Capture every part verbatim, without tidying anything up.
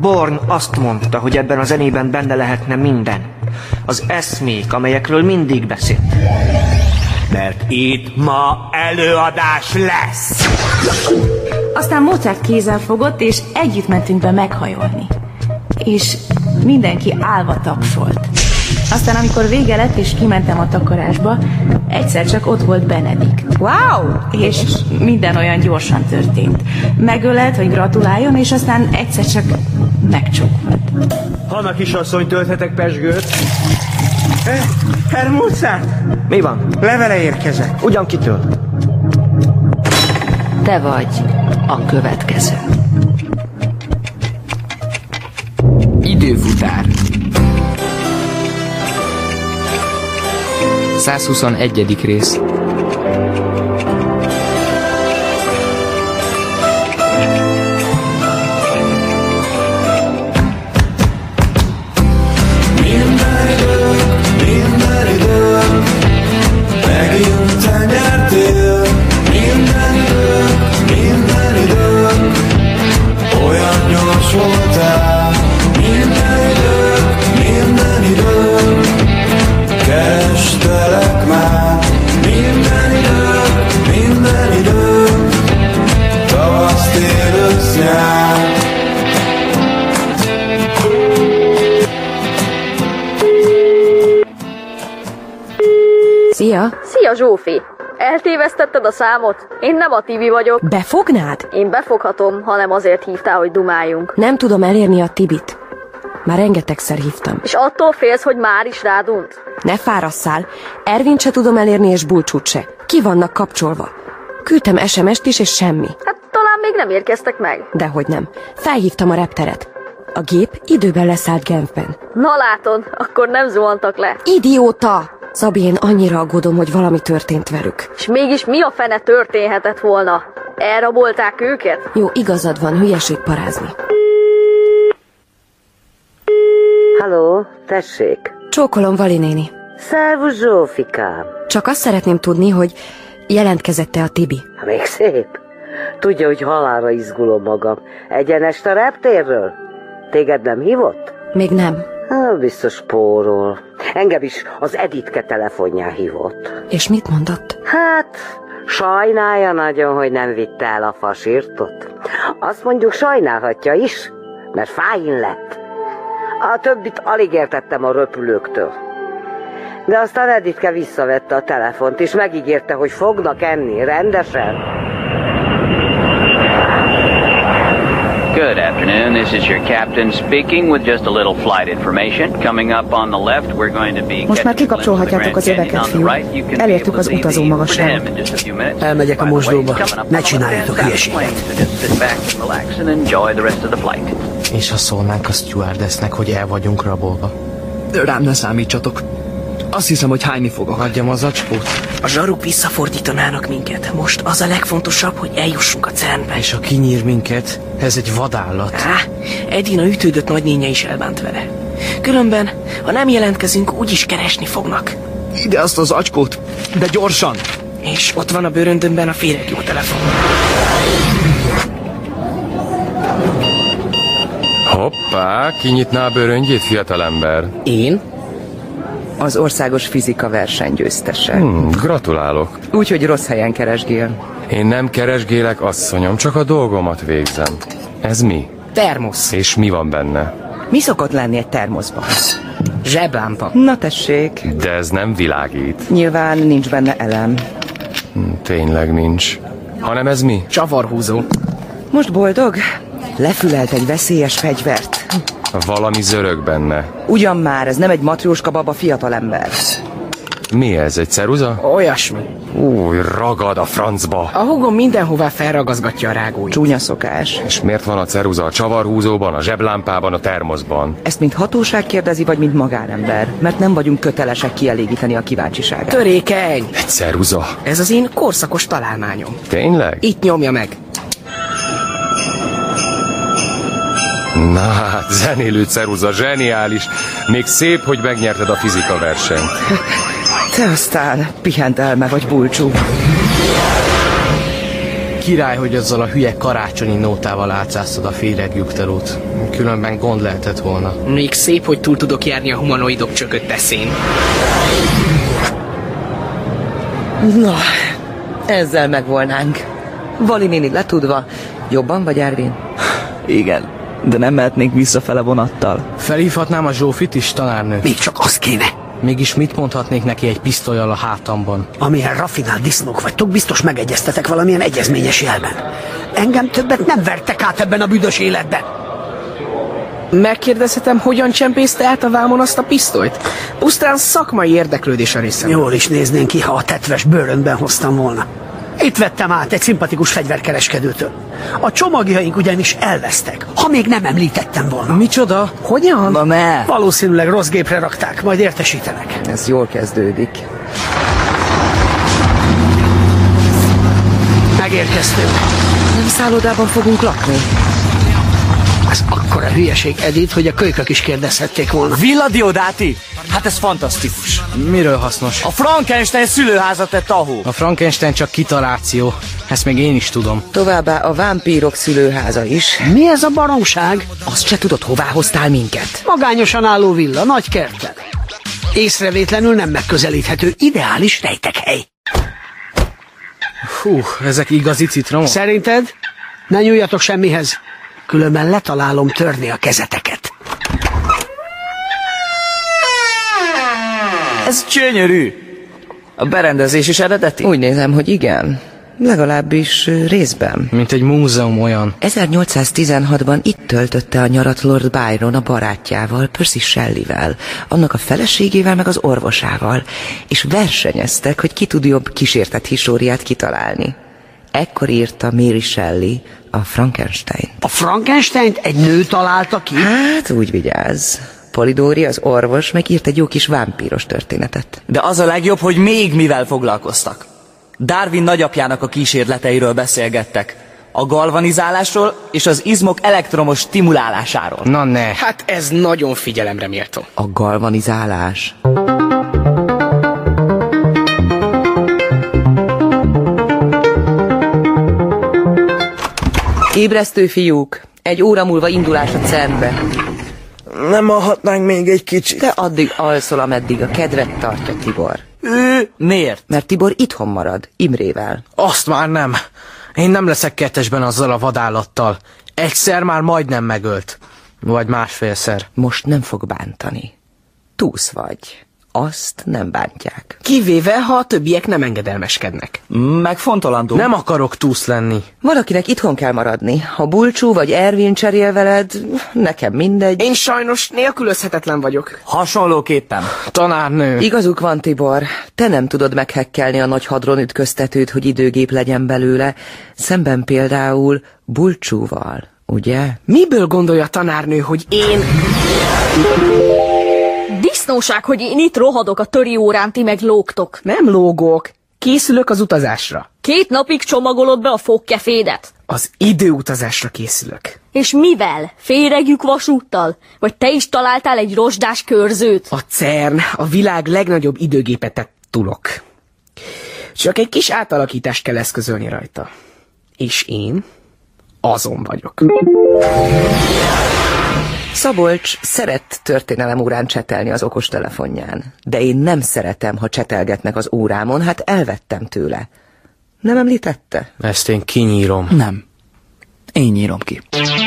Born azt mondta, hogy ebben a zenében benne lehetne minden. Az eszmék, amelyekről mindig beszélt. Mert itt ma előadás lesz! Aztán Mozart kézzel fogott, és együtt mentünk be meghajolni. És mindenki állva tapsolt. Aztán, amikor vége lett, és kimentem a takarásba, egyszer csak ott volt Benedik. Wow! És minden olyan gyorsan történt. Megölelt, hogy gratuláljon, és aztán egyszer csak megcsókolt. Hanna kisasszony, tölthetek pezsgőt? Eh, Herr Mozart! Mi van? Levele érkezett. Ugyan kitől? Te vagy a következő. Időfutár. százhuszonegyedik rész. Szia! Szia, Zsófi! Eltévesztetted a számot? Én nem a Tibi vagyok. Befognád? Én befoghatom, hanem azért hívtál, hogy dumáljunk. Nem tudom elérni a Tibit. Már rengetegszer hívtam. És attól félsz, hogy már is rádunt? Ne fárasszál. Ervint se tudom elérni, és Bulcsút se. Ki vannak kapcsolva. Küldtem es em est is, és semmi. Hát talán még nem érkeztek meg. Dehogy nem. Felhívtam a repteret. A gép időben leszállt Genfben. Na látod, akkor nem zuhantak le. Idióta! Szabi, én annyira aggódom, hogy valami történt velük. És mégis mi a fene történhetett volna? Elrabolták őket? Jó, igazad van, hülyeség parázni. Halló, tessék. Csókolom, Vali néni. Szervusz, Zsófikám. Csak azt szeretném tudni, hogy jelentkezette a Tibi. Még szép. Tudja, hogy halálra izgulom magam. Egyenest a reptérről? Téged nem hívott? Még nem. Há, biztos spórol. Engem is az Editke telefonján hívott. És mit mondott? Hát, sajnálja nagyon, hogy nem vitte el a fasirtot. Azt mondjuk sajnálhatja is, mert fáin lett. A többit alig értettem a röpülőktől. De aztán Editke visszavette a telefont, és megígérte, hogy fognak enni rendesen. Good afternoon, this is your captain speaking with just a little flight information. Coming up on the left, we're going to be... Most már kikapcsolhatjátok az öveket, fiúk. Elértük az utazó magasságot. Elmegyek a mosdóba. Ne csináljatok hülyeséget. És ha szólnánk a stewardessnek, hogy el vagyunk rabolva? Rám ne számítsatok. Azt hiszem, hogy hányni fogok. Adjam az acskót. A zsaruk visszafordítanának minket. Most az a legfontosabb, hogy eljussunk a cernbe. És ha kinyír minket, ez egy vadállat. Á, Edina ütődött nagynénye is elbánt vele. Különben, ha nem jelentkezünk, úgyis keresni fognak. Ide azt az acskót, de gyorsan! És ott van a bőröndömben a féregjó telefon. Hoppá, kinyitná a bőröngyét, fiatalember? Én? Az országos fizika verseny győztese. Hmm, gratulálok. Úgyhogy rossz helyen keresgél. Én nem keresgélek, asszonyom, csak a dolgomat végzem. Ez mi? Termosz. És mi van benne? Mi szokott lenni egy termoszban? Zseblámpa. Na tessék. De ez nem világít. Nyilván nincs benne elem. Hmm, tényleg nincs. Hanem ez mi? Csavarhúzó. Most boldog? Lefülelt egy veszélyes fegyvert. Valami zörög benne. Ugyan már, ez nem egy matrjóska baba, fiatalember. Mi ez, egy ceruza? Olyasmi. Új, ragad a francba. A húgom mindenhová felragazgatja a rágóit. Csúnya szokás. És miért van a ceruza a csavarhúzóban, a zseblámpában, a termoszban? Ezt mint hatóság kérdezi, vagy mint magánember? Mert nem vagyunk kötelesek kielégíteni a kíváncsiságát. Törékeny! Egy ceruza. Ez az én korszakos találmányom. Tényleg? Itt nyomja meg. Na hát, zenélő ceruza, zseniális. Még szép, hogy megnyerted a fizika versenyt. Te aztán pihent elme vagy Bulcsú. király, hogy azzal a hülye karácsonyi nótával átszáztad a féreglyukterót. Különben gond lehetett volna. Még szép, hogy túl tudok járni a humanoidok csökött eszén. Na, ezzel megvolnánk. Vali néni letudva. Jobban vagy, Ervin? Igen, de nem mehetnénk visszafele vonattal. Felhívhatnám a Zsófit is, tanárnő? Még csak az kéne. Mégis mit mondhatnék neki egy pisztollyal a hátamban? Amilyen raffinált disznók vagytok, biztos megegyeztetek valamilyen egyezményes jelben. Engem többet nem vertek át ebben a büdös életben. Megkérdezhetem, hogyan csempészte át a vámon azt a pisztolyt? Pusztán szakmai érdeklődés a részem. Jól is néznénk ki, ha a tetves bőrömben hoztam volna. Itt vettem át egy szimpatikus fegyverkereskedőtől. A csomagjaink ugyanis elvesztek, ha még nem említettem volna. Micsoda? Hogyan? Na ne! Valószínűleg rossz gépre rakták, majd értesítenek. Ez jól kezdődik. Megérkeztünk. Nem szállodában fogunk lakni? Ez akkora hülyeség, Edith, hogy a kölykök is kérdezhették volna. Villa Diodati? Hát ez fantasztikus. Miről hasznos? A Frankenstein szülőházat tett ahó. A Frankenstein csak kitaláció. Ezt még én is tudom. Továbbá a vámpírok szülőháza is. Mi ez a baromság? Azt se tudod, hová hoztál minket. Magányosan álló villa, nagy kerttel. Észrevétlenül nem megközelíthető, ideális rejtekhely. Hú, ezek igazi citromok? Szerinted? Ne nyúljatok semmihez. Különben letalálom törni a kezeteket. Ez gyönyörű. A berendezés is eredeti? Úgy nézem, hogy igen. Legalábbis részben. Mint egy múzeum olyan. ezernyolcszáztizenhatban itt töltötte a nyarat Lord Byron a barátjával, Percy Shelleyvel, annak a feleségével meg az orvosával, és versenyeztek, hogy ki tud jobb kísértett históriát kitalálni. Ekkor írta Mary Shelley a Frankenstein. A Frankensteint egy nő találta ki? Hát úgy vigyázz. Polidori, az orvos, megírt egy jó kis vámpíros történetet. De az a legjobb, hogy még mivel foglalkoztak. Darwin nagyapjának a kísérleteiről beszélgettek. A galvanizálásról és az izmok elektromos stimulálásáról. Na ne. Hát ez nagyon figyelemre méltó. A galvanizálás. Ébresztő fiúk, egy óra múlva indulás a cernbe. Nem alhatnánk még egy kicsit? Te addig alszol, ameddig a kedvet tartja Tibor. Ő? Miért? Mert Tibor itthon marad, Imrével. Azt már nem. Én nem leszek kettesben azzal a vadállattal. Egyszer már majdnem megölt. Vagy másfélszer. Most nem fog bántani. Túsz vagy. Azt nem bántják. Kivéve, ha a többiek nem engedelmeskednek. Megfontolandó. Nem akarok túsz lenni. Valakinek itthon kell maradni. Ha Bulcsú vagy Ervin cserél veled, nekem mindegy. Én sajnos nélkülözhetetlen vagyok. Hasonlóképpen. Tanárnő. Igazuk van, Tibor. Te nem tudod meghekkelni a nagy hadron ütköztetőt, hogy időgép legyen belőle. Szemben például Bulcsúval, ugye? Miből gondolja a tanárnő, hogy én... Disznóság, hogy én itt rohadok a töri órán, ti meg lógtok. Nem lógok. Készülök az utazásra. Két napig csomagolod be a fogkefédet? Az időutazásra készülök. És mivel? Féregjük vasúttal? Vagy te is találtál egy rozsdás körzőt? A cern a világ legnagyobb időgépet tett tulok. Csak egy kis átalakítást kell eszközölni rajta. És én azon vagyok. Szabolcs szeret történelem órán csetelni az okostelefonján, de én nem szeretem, ha csetelgetnek az órámon, hát elvettem tőle. Nem említette? Ezt én kinyírom. Nem. Én nyírom ki.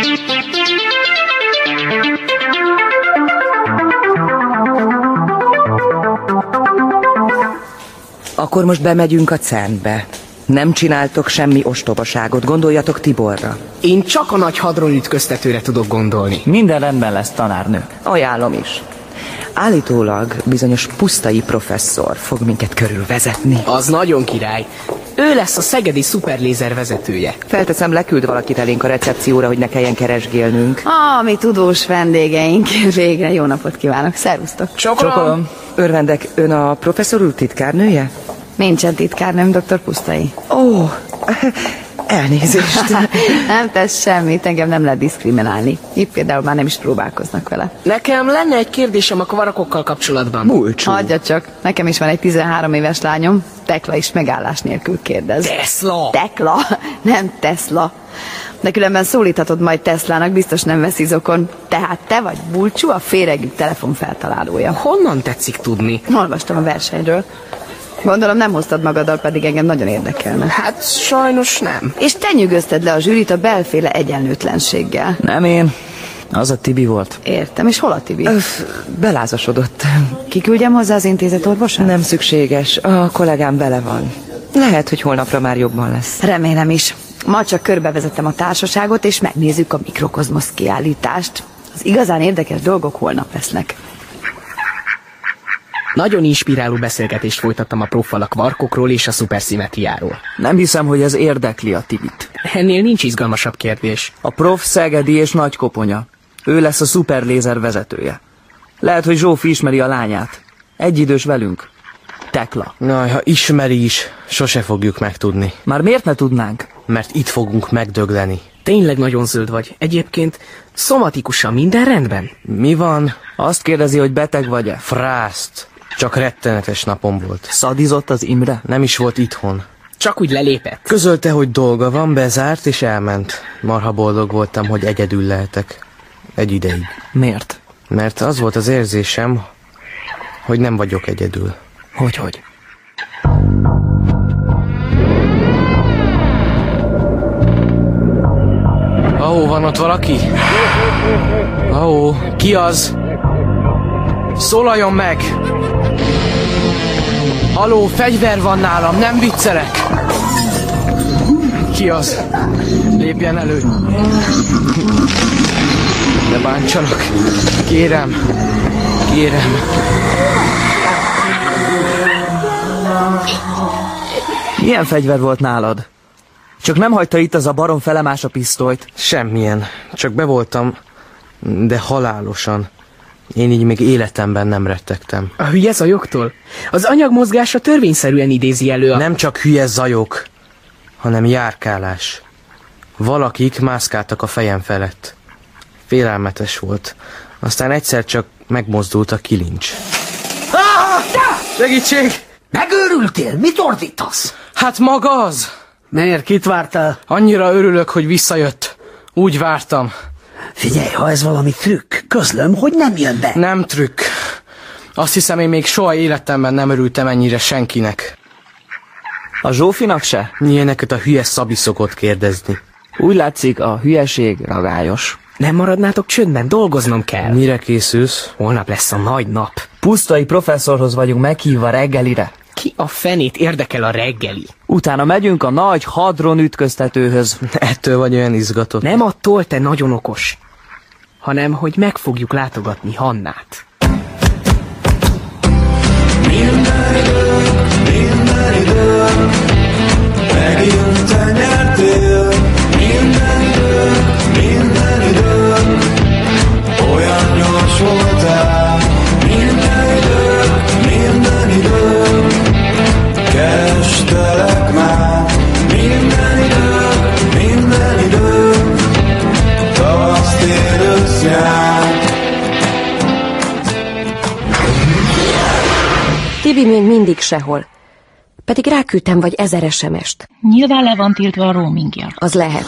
Akkor most bemegyünk a cernbe. Nem csináltok semmi ostobaságot, gondoljatok Tiborra. Én csak a nagy hadron ütköztetőre tudok gondolni. Minden rendben lesz, tanárnő. Ajánlom is. Állítólag bizonyos Pusztai professzor fog minket körülvezetni. Az nagyon király. Ő lesz a szegedi szuperlézer vezetője. Felteszem, leküld valakit elénk a recepcióra, hogy ne kelljen keresgélnünk. Ah, mi tudós vendégeink. Végre jó napot kívánok. Szervusztok. Csokolom. Örvendek, ön a professzor úr titkárnője? Nincsen titkárnőm, doktor Pusztai. Ó, Elnézést. Nem tesz semmit, engem nem lehet diszkriminálni. Itt például már nem is próbálkoznak vele. Nekem lenne egy kérdésem a kvarakokkal kapcsolatban. Bulcsú. Hagyja csak, nekem is van egy tizenhárom éves lányom, Tekla is megállás nélkül kérdez. Tesla! Tekla, nem Tesla. De különben szólíthatod majd Teslának, biztos nem vesz izokon. Tehát te vagy Bulcsú, a féregű telefon feltalálója. Honnan tetszik tudni? Olvastam a versenyről. Gondolom nem hoztad magaddal, pedig engem nagyon érdekelne. Hát sajnos nem. És te nyűgözted le a zsűrit a belféle egyenlőtlenséggel. Nem én. Az a Tibi volt. Értem, és hol a Tibi? Öf, belázasodott. Kiküldjem hozzá az intézet orvosát? Nem szükséges, a kollégám vele van. Lehet, hogy holnapra már jobban lesz. Remélem is. Ma csak körbevezettem a társaságot, és megnézzük a Mikrokozmosz kiállítást. Az igazán érdekes dolgok holnap lesznek. Nagyon inspiráló beszélgetést folytattam a proffal a kvarkokról és a szuperszimetriáról. Nem hiszem, hogy ez érdekli a Tibit. Ennél nincs izgalmasabb kérdés. A prof szegedi és nagykoponya. Ő lesz a szuperlézer vezetője. Lehet, hogy Zsófi ismeri a lányát. Egyidős velünk. Tekla. Na, ha ismeri is, sose fogjuk megtudni. Már miért ne tudnánk? Mert itt fogunk megdögleni. Tényleg nagyon zöld vagy. Egyébként szomatikusan minden rendben? Mi van? Azt kérdezi, hogy beteg vagy-e? Frászt. Csak rettenetes napom volt. Szadizott az Imre? Nem is volt itthon. Csak úgy lelépett. Közölte, hogy dolga van, bezárt és elment. Marha boldog voltam, hogy egyedül lehetek. Egy ideig. Miért? Mert az volt az érzésem, hogy nem vagyok egyedül. Hogyhogy? Ahó, van ott valaki? Ahó, ki az? Szólaljon meg! Haló, fegyver van nálam, nem viccelek! Ki az? Lépjen elő! Ne bántsanak! Kérem! Kérem! Milyen fegyver volt nálad? Csak nem hagyta itt az a barom felemás a pisztolyt? Semmilyen. Csak be voltam, de halálosan. Én így még életemben nem rettegtem. A hülye zajoktól? Az anyagmozgása törvényszerűen idézi elő a... Nem csak hülye zajok, hanem járkálás. Valakik mászkáltak a fejem felett. Félelmetes volt. Aztán egyszer csak megmozdult a kilincs. Segítség! Megőrültél? Mit ordítasz? Hát maga az! Miért? Kit vártál? Annyira örülök, hogy visszajött. Úgy vártam. Figyelj, ha ez valami trükk, közlöm, hogy nem jön be. Nem trükk. Azt hiszem, én még soha életemben nem örültem ennyire senkinek. A Zsófinak se? Ilyeneket a hülye Szabi szokott kérdezni. Úgy látszik, a hülyeség ragályos. Nem maradnátok csöndben, dolgoznom kell. Mire készülsz? Holnap lesz a nagy nap. Pusztai professzorhoz vagyunk meghívva reggelire. Ki a fenét érdekel a reggeli? Utána megyünk a nagy hadron ütköztetőhöz. Ettől vagy olyan izgatott. Nem attól, te nagyon okos, hanem hogy meg fogjuk látogatni Hannát. Minden idő, minden idő, megint te nyertél. Minden idő, minden idő, olyan gyors voltál. Minden idő, minden idő, kerestelek már. Minden idő, minden idő, tavasz, tél, ősz jár. Tibi még mindig sehol. Pedig ráküldtem vagy ezer es em est. Nyilván le van tiltva a roamingja. Az lehet.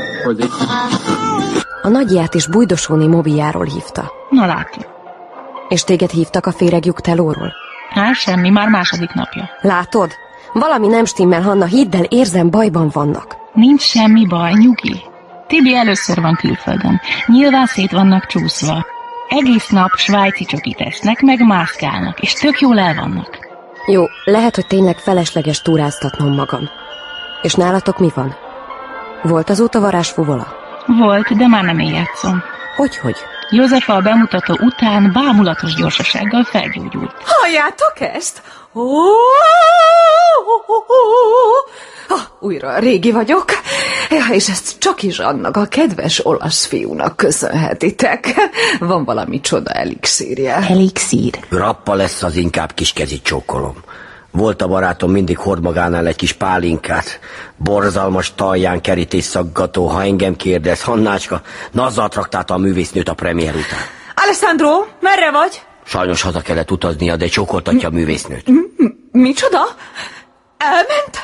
A nagyját is Bújdosóné mobiljáról hívta. Na látja. És téged hívtak a féregjük telóról? Hát semmi, már második napja. Látod? Valami nem stimmel, Hanna, hidd el, érzem, bajban vannak. Nincs semmi baj, nyugi. Tibi először van külföldön. Nyilván szét vannak csúszva. Egész nap svájci csokit esznek, meg mászkálnak, és tök jól el vannak. Jó, lehet, hogy tényleg felesleges túráztatnom magam. És nálatok mi van? Volt azóta varázsfuvola? Volt, de már nem én játszom. Hogyhogy? Józefa a bemutató után bámulatos gyorsasággal felgyógyult. Halljátok ezt? Ó, újra régi vagyok, ja, és ezt csak is annak a kedves olasz fiúnak köszönhetitek. Van valami csoda elixírje. Elixír? Rappa lesz, az inkább kiskezi csókolom. Volt a barátom mindig hord magánál egy kis pálinkát. Borzalmas talján kerítés szaggató, ha engem kérdez, Hannácska, nazzal traktálta a művésznőt a premier után. Alessandro, merre vagy? Sajnos haza kellett utaznia, de csókoltatja a művésznőt. Micsoda? Elment?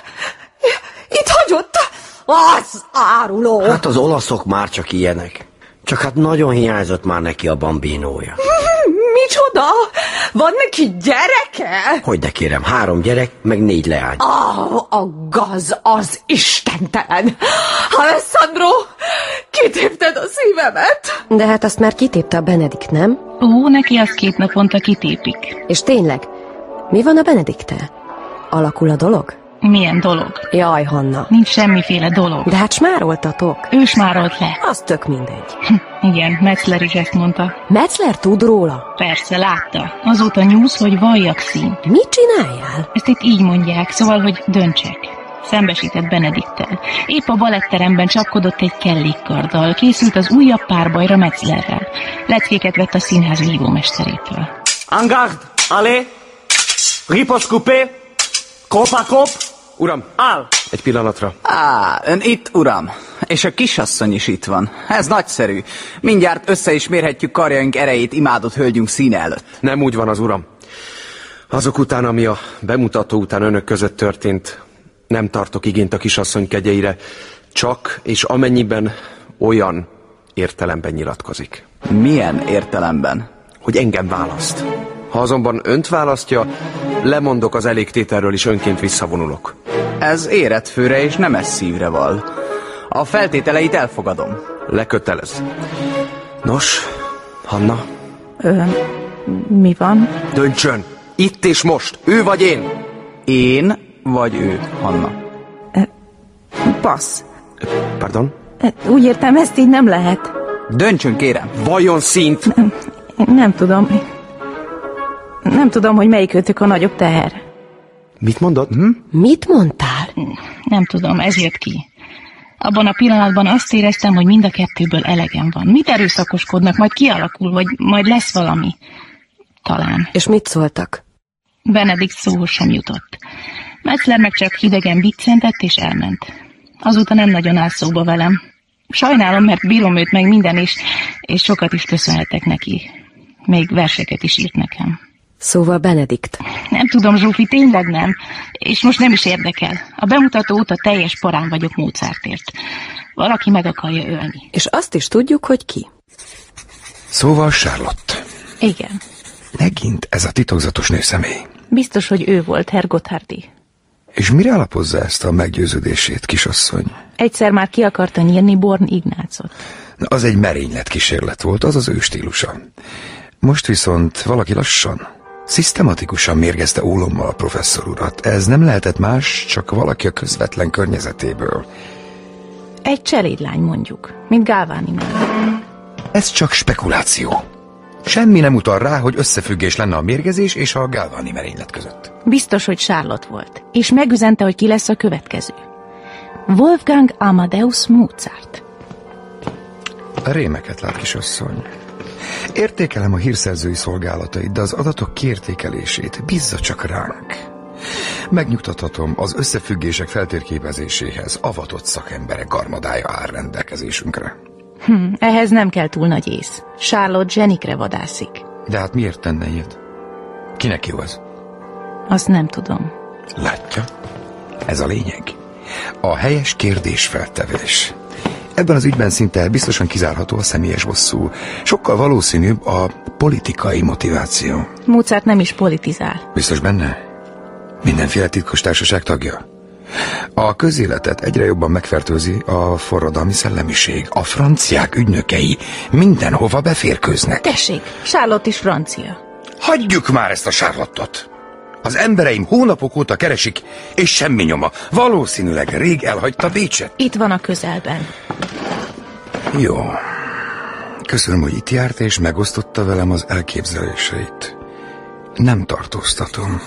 Itt hagyott? Az áruló! Hát az olaszok már csak ilyenek. Csak hát nagyon hiányzott már neki a bambinója. Micsoda? Van neki gyereke? Hogy de kérem, három gyerek, meg négy leány. Ah, a gaz az istentelen! Alessandro, kitépted a szívemet? De hát azt már kitépte a Benedikt, nem? Ó, neki azt két naponta kitépik. És tényleg, mi van a Benediktel? Alakul a dolog? Milyen dolog? Jaj, Hanna. Nincs semmiféle dolog. De hát smároltatok. Ő smárolt le. Az tök mindegy. Igen, Metzler is ezt mondta. Metzler tud róla? Persze, látta. Azóta nyúz, hogy vajjak színt. Mit csináljál? Ezt itt így mondják, szóval, hogy döntsek. Szembesített Benediktel. Épp a baletteremben csapkodott egy kellékkarddal. Készült az újabb párbajra Metzlerrel. Leckéket vett a színház vívómesterétől. En garde! Allez! Riposte coupé! Kop a kop! Uram! Áll! Egy pillanatra. Á, ön itt, uram. És a kisasszony is itt van. Ez nagyszerű. Mindjárt össze is mérhetjük karjaink erejét imádott hölgyünk színe előtt. Nem úgy van az, uram. Azok után, ami a bemutató után önök között történt, nem tartok igényt a kisasszony kegyeire, csak és amennyiben olyan értelemben nyilatkozik. Milyen értelemben? Hogy engem választ. Ha azonban önt választja, lemondok az elégtételről, és önként visszavonulok. Ez életfőre és nemes szívre val. A feltételeit elfogadom. Lekötelez. Nos, Hanna? Ö, mi van? Döntsön! Itt és most! Ő vagy én! Én vagy ő, Hanna? Passz. Pardon? Úgy értem, ezt így nem lehet. Döntsön, kérem. Vajon szint? Nem, nem tudom. Nem tudom, hogy melyikőtök a nagyobb teher. Mit mondod? Hm? Mit mondtál? Nem tudom, ez jött ki. Abban a pillanatban azt éreztem, hogy mind a kettőből elegem van. Mit erőszakoskodnak, majd kialakul, vagy majd lesz valami. Talán. És mit szóltak? Benedikt szóhoz sem jutott. Metzler meg csak hidegen biccentett és elment. Azóta nem nagyon áll szóba velem. Sajnálom, mert bírom őt meg minden is, és sokat is köszönhetek neki. Még verseket is írt nekem. Szóval Benedikt. Nem tudom, Zsófi, tényleg nem. És most nem is érdekel. A bemutató óta teljes parán vagyok Mozartért. Valaki meg akarja ölni. És azt is tudjuk, hogy ki. Szóval Charlotte. Igen. Megint ez a titokzatos nőszemély. Biztos, hogy ő volt, Herr Gotthárdi. És mire alapozza ezt a meggyőződését, kisasszony? Egyszer már ki akarta nyírni Born Ignácot. Na, az egy merénylet kísérlet volt, az az ő stílusa. Most viszont valaki lassan, szisztematikusan mérgezte ólommal a professzor urat. Ez nem lehetett más, csak valaki a közvetlen környezetéből. Egy cselédlány mondjuk, mint Galvani mellett. Ez csak spekuláció. Semmi nem utal rá, hogy összefüggés lenne a mérgezés és a Galvani merénylet között. Biztos, hogy Charlotte volt, és megüzente, hogy ki lesz a következő. Wolfgang Amadeus Mozart. A rémeket lát, kisasszony. Értékelem a hírszerzői szolgálatait, de az adatok kiértékelését bízza csak ránk. Megnyugtathatom, az összefüggések feltérképezéséhez avatott szakemberek garmadája áll rendelkezésünkre. Hm, ehhez nem kell túl nagy ész. Charlotte zsenikre vadászik. De hát miért tenne ilyet? Kinek jó ez? Azt nem tudom. Látja? Ez a lényeg. A helyes kérdésfeltevés. Ebben az ügyben szinte biztosan kizárható a személyes bosszú. Sokkal valószínűbb a politikai motiváció. Mozart nem is politizál. Biztos benne? Mindenféle titkos társaság tagja? A közéletet egyre jobban megfertőzi a forradalmi szellemiség. A franciák ügynökei mindenhova beférkőznek. Tessék, Charlotte is francia. Hagyjuk már ezt a Charlottot! Az embereim hónapok óta keresik, és semmi nyoma. Valószínűleg rég elhagyta Bécset. Itt van a közelben. Jó. Köszönöm, hogy itt járt, és megosztotta velem az elképzeléseit. Nem tartóztatom.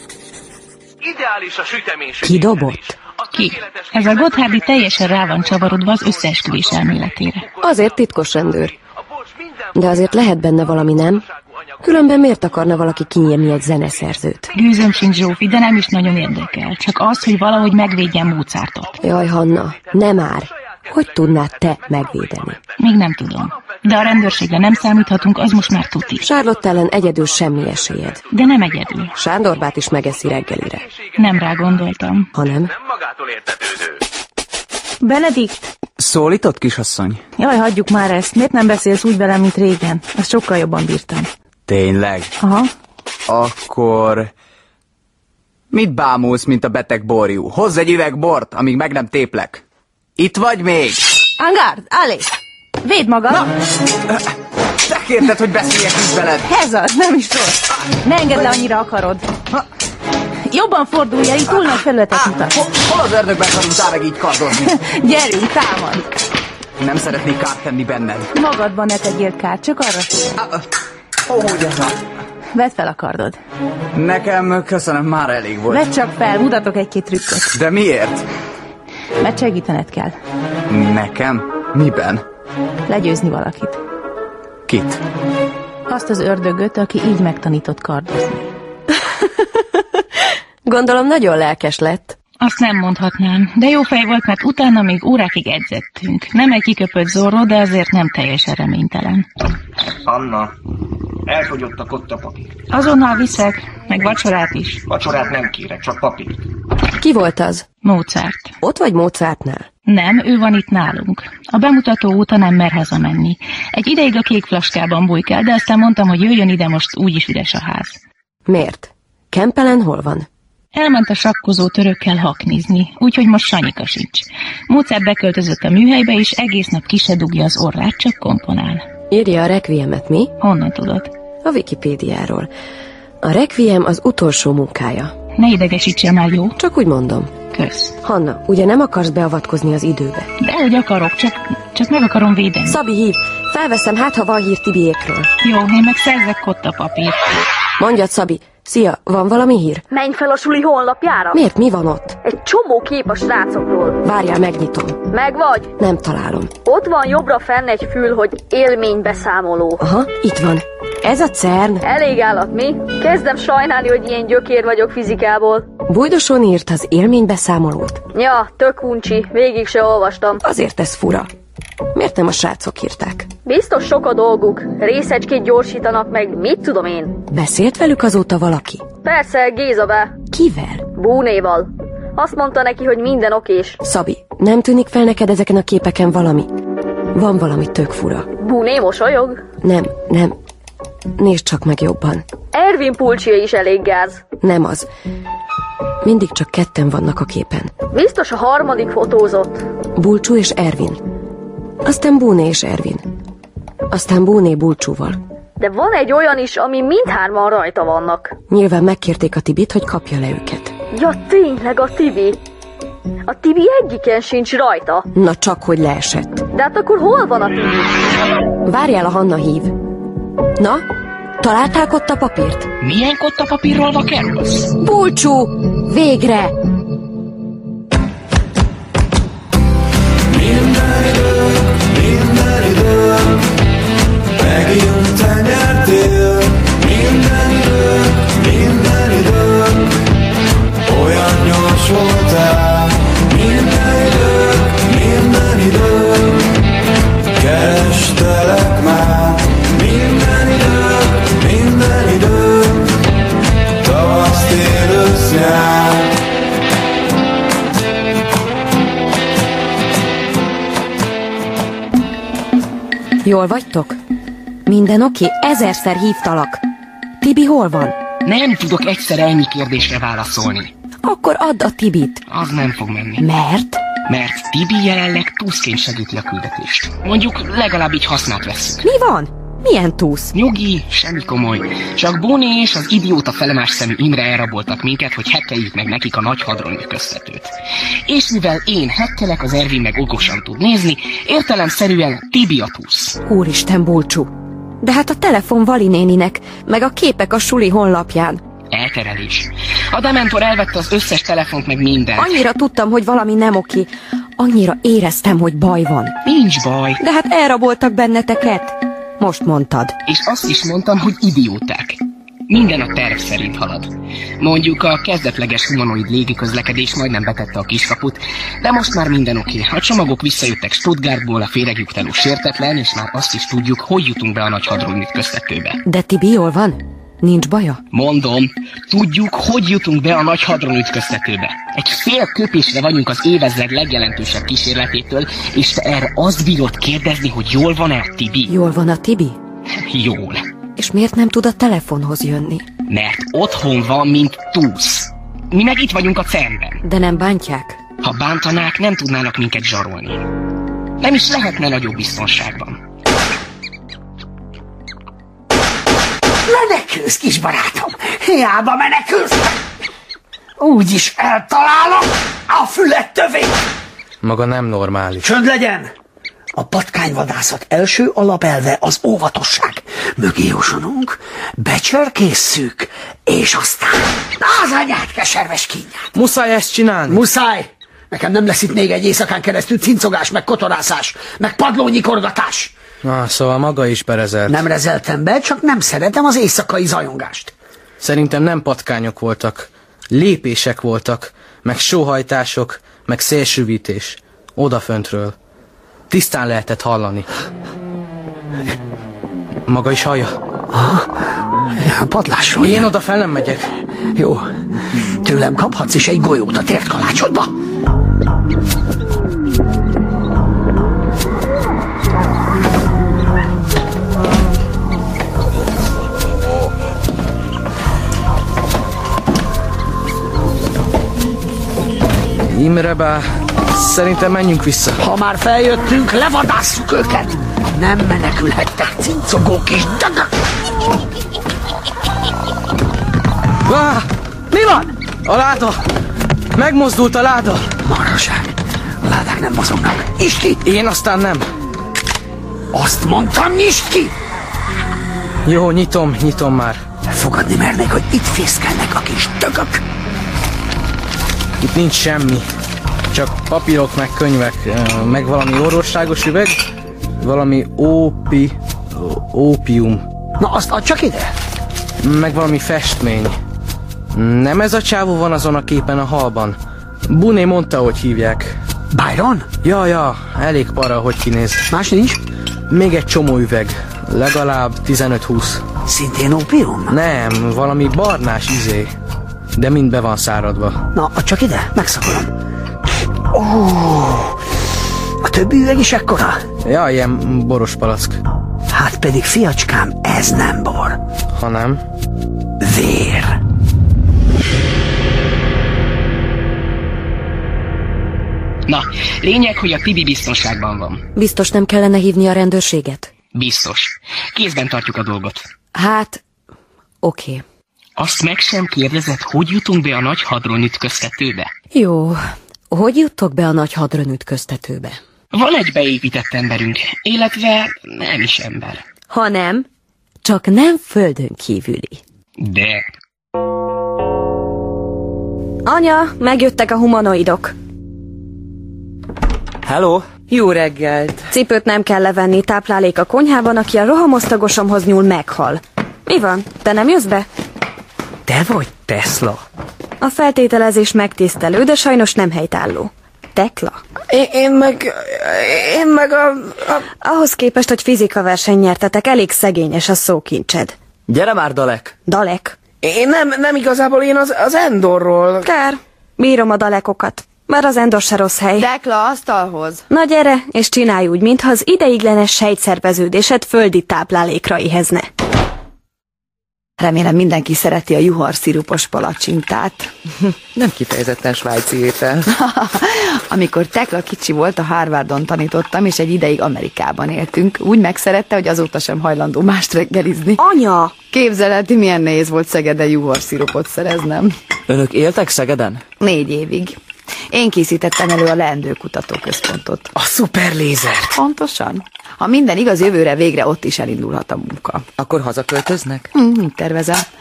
Ideális a sütemések. Ki dobott? Ki? Ez a Gotthárdi teljesen rá van csavarodva az összeesküvés elméletére. Azért titkos rendőr. De azért lehet benne valami, nem? Különben miért akarna valaki kinyírni egy zeneszerzőt? Gőzöm sincs, Zsófi, de nem is nagyon érdekel. Csak az, hogy valahogy megvédjem Mozartot. Jaj, Hanna, nem már. Hogy tudnád te megvédeni? Még nem tudom. De a rendőrségre nem számíthatunk, az most már tuti. Charlotte ellen egyedül semmi esélyed. De nem egyedül. Sándorbát is megeszi reggelire. Nem rá gondoltam. Ha nem? Benedikt! Szólított, kisasszony? Jaj, hagyjuk már ezt. Miért nem beszélsz úgy velem, mint régen? Azt sokkal jobban bírtam. Tényleg? Aha. Akkor... Mit bámulsz, mint a beteg borjú? Hozz egy üveg bort, amíg meg nem téplek. Itt vagy még? Angard, állé! Védd magad! Na! Te kérted, hogy beszéljek is veled. Ez az, nem is rossz. Ne engedd le, annyira akarod. Jobban fordulj el, itt túl nagy felületet mutat. Hol, hol az ördögben tanultál meg így kardozni? Gyerünk, támad! Nem szeretnék kárt tenni benned. Magadban ne tegyél kárt, csak arra szól. Ó, hogy ez a... Vedd fel a kardod. Nekem, köszönöm, már elég volt. Vedd csak fel, mutatok egy-két trükköt. De miért? Mert segítened kell. Nekem? Miben? Legyőzni valakit. Kit? Azt az ördögöt, aki így megtanított kardozni. Gondolom nagyon lelkes lett. Azt nem mondhatnám, de jó fej volt, mert utána még órákig edzettünk. Nem egy kiköpött Zorro, de azért nem teljesen reménytelen. Anna, elfogyott a kottapapír. Azonnal viszek, meg vacsorát is. Vacsorát nem kérek, csak papírt. Ki volt az? Mozart. Ott vagy Mozartnál? Nem, ő van itt nálunk. A bemutató óta nem mer hazamenni. Egy ideig a kék flaskában bujkál, de aztán mondtam, hogy jöjjön ide, most úgyis üres a ház. Miért? Kempelen hol van? Elment a sakkozó törökkel haknizni, úgyhogy most Sanyika sincs. Mozart beköltözött a műhelybe, és egész nap ki se dugja az orrát, csak komponál. Írja a Requiemet, mi? Honnan tudod? A Wikipédiáról. A Requiem az utolsó munkája. Ne idegesítsen már, jó? Csak úgy mondom. Kösz. Hanna, ugye nem akarsz beavatkozni az időbe? Dehogy akarok, csak, csak meg akarom védeni. Szabi, hív! Felveszem, hát ha van hír Tibiékről. Jó, én meg szerzek kottapapírt. Mondjad, Szabi, szia, van valami hír? Menj fel a suli honlapjára. Miért, mi van ott? Egy csomó kép a srácokról. Várjál, megnyitom. Meg vagy? Nem találom. Ott van jobbra fenn egy fül, hogy élménybeszámoló. Aha, itt van. Ez a cern. Elég állat, mi? Kezdem sajnálni, hogy ilyen gyökér vagyok fizikából. Bújdoson írt az élménybeszámolót? Ja, tök uncsi, végig se olvastam. Azért ez fura. Miért nem a srácok írták? Biztos sok a dolguk. Részecskét gyorsítanak meg, mit tudom én. Beszélt velük azóta valaki? Persze, Géza be. Kivel? Búnéval. Azt mondta neki, hogy minden okés. Szabi, nem tűnik fel neked ezeken a képeken valami? Van valami tök fura. Búné mosolyog? Nem, nem. Nézd csak meg jobban. Ervin pulcsia is elég gáz. Nem az. Mindig csak ketten vannak a képen. Biztos a harmadik fotózott. Bulcsú és Ervin. Aztán Búné és Ervin. Aztán Búné Bulcsúval. De van egy olyan is, ami mindhárman rajta vannak. Nyilván megkérték a Tibit, hogy kapja le őket. Ja, tényleg a Tibi. A Tibi egyiken sincs rajta. Na csak, hogy leesett. De hát akkor hol van a Tibi? Várjál, a Hanna hív. Na, találtál kottapapírt? Milyen kottapapírról vakerolsz? Bulcsú! Végre! Minden idő, minden idő, megint te nyertél. Minden idő, minden idő, olyan gyors voltál. Minden idő, minden idő, kerestelek már. Minden idő, minden idő, tavasz, tél, ősz, nyár. Jól vagytok? Minden oké? Ezerszer hívtalak. Tibi hol van? Nem tudok egyszerre ennyi kérdésre válaszolni. Akkor add a Tibit. Az nem fog menni. Mert? Mert Tibi jelenleg túszként segíti a küldetést. Mondjuk legalább így hasznát veszünk. Mi van? Milyen túsz? Nyugi, semmi komoly. Csak Bóni és az idióta felemás szemű Imre elraboltak minket, hogy hekkeljük meg nekik a nagy hadron köztetőt. És mivel én hekkelek, az Ervin meg okosan tud nézni, értelemszerűen Tibi a túsz. Úristen, Bulcsú. De hát a telefon Vali néninek, meg a képek a suli honlapján. Elterelés. A Dementor elvette az összes telefont, meg mindent. Annyira tudtam, hogy valami nem oké. Annyira éreztem, hogy baj van. Nincs baj. De hát elraboltak benneteket. Most mondtad. És azt is mondtam, hogy idióták. Minden a terv szerint halad. Mondjuk a kezdetleges humanoid légiközlekedés majdnem betette a kiskaput, de most már minden oké. A csomagok visszajöttek Stuttgartból, a féregjukteló sértetlen, és már azt is tudjuk, hogy jutunk be a nagy hadronütköztetőbe. De Tibi jól van? Nincs baja? Mondom, tudjuk, hogy jutunk be a nagy hadronütköztetőbe. Egy fél köpésre vagyunk az évezred legjelentősebb kísérletétől, és te erre azt bírod kérdezni, hogy jól van-e a Tibi? Jól van a Tibi? Jól. És miért nem tud a telefonhoz jönni? Mert otthon van, mint túsz. Mi meg itt vagyunk a cernben. De nem bántják? Ha bántanák, nem tudnának minket zsarolni. Nem is lehetne nagyobb biztonságban. Menekülsz, kis barátom! Hiába menekülsz! Úgyis eltalálok a fület tövét! Maga nem normális. Csönd legyen! A patkányvadászat első alapelve az óvatosság. Mögé jósonunk, becserkésszük, és aztán az anyát keserves kínját. Muszáj ezt csinálni? Muszáj! Nekem nem lesz itt még egy éjszakán keresztül cincogás, meg kotorászás, meg padlónyikorgatás. Na, szóval maga is berezelt. Nem rezeltem be, csak nem szeretem az éjszakai zajongást. Szerintem nem patkányok voltak. Lépések voltak, meg sóhajtások, meg szélsűvítés. Odaföntről. Tisztán lehetett hallani. Maga is hallja? Ha? Padlásról. Én oda fel nem megyek. Jó. Tőlem kaphatsz is egy golyót a tértkalácsodba. Imre, szerintem menjünk vissza. Ha már feljöttünk, levadásszuk őket. Nem menekülhettek, cincogó kis dagak. Ah, mi van? A láda! Megmozdult a láda! Marhaság. A ládák nem mozognak. Nyisd ki! Én aztán nem. Azt mondtam, nyisd ki! Jó, nyitom, nyitom már. Fogadni mernék, hogy itt fészkelnek a kis dagak. Itt nincs semmi. Csak papírok, meg könyvek, meg valami orvosságos üveg, valami ópi... ópium. Na, azt add csak ide! Meg valami festmény. Nem ez a csávó van azon a képen a halban? Buné mondta, hogy hívják. Byron? Ja, ja, elég para, hogy kinéz. Más nincs? Még egy csomó üveg. Legalább tizenöt-húsz. Szintén ópium? Nem, valami barnás izé. De mind be van száradva. Na, add csak ide, megszakolom. Ó, a többi üveg is ekkora? Ja, ilyen boros palack. Hát pedig, fiacskám, ez nem bor. Ha nem? Vér. Na, lényeg, hogy a Tibi biztonságban van. Biztos nem kellene hívni a rendőrséget? Biztos. Kézben tartjuk a dolgot. Hát, oké. Okay. Azt meg sem kérdezed, hogy jutunk be a nagy hadronütköztetőbe? Jó. Hogy juttok be a nagy hadronütköztetőbe? Van egy beépített emberünk, illetve nem is ember. Ha nem, csak nem földön kívüli. De... Anya, megjöttek a humanoidok. Hello! Jó reggelt! Cipőt nem kell levenni, táplálék a konyhában, aki a rohamosztagosomhoz nyúl, meghal. Mi van? Te nem jössz be? Te vagy Tesla? A feltételezés megtisztelő, de sajnos nem helytálló. Tekla? Én, én meg... Én meg a, a... Ahhoz képest, hogy fizika verseny nyertetek, elég szegényes a szókincsed. Gyere már, Dalek! Dalek? Én nem, nem igazából, én az, az Endorról. Kár. Bírom a Dalekokat. Már az Endor se rossz hely. Tekla, asztalhoz! Na gyere, és csinálj úgy, mintha az ideiglenes sejtszerveződésed földi táplálékra éhezne. Remélem mindenki szereti a juharszirupos palacsintát. Nem kifejezetten svájci étel. Amikor Tekla kicsi volt, a Harvardon tanítottam, és egy ideig Amerikában éltünk. Úgy megszerette, hogy azóta sem hajlandó mást reggelizni. Anya! Képzeleti, milyen nehéz volt Szegeden juharszirupot szereznem. Önök éltek Szegeden? Négy évig. Én készítettem elő a Leendő Kutatóközpontot. A szuperlézert! Pontosan. Ha minden igaz, jövőre végre ott is elindulhat a munka. Akkor hazaköltöznek? Hm, így tervezem.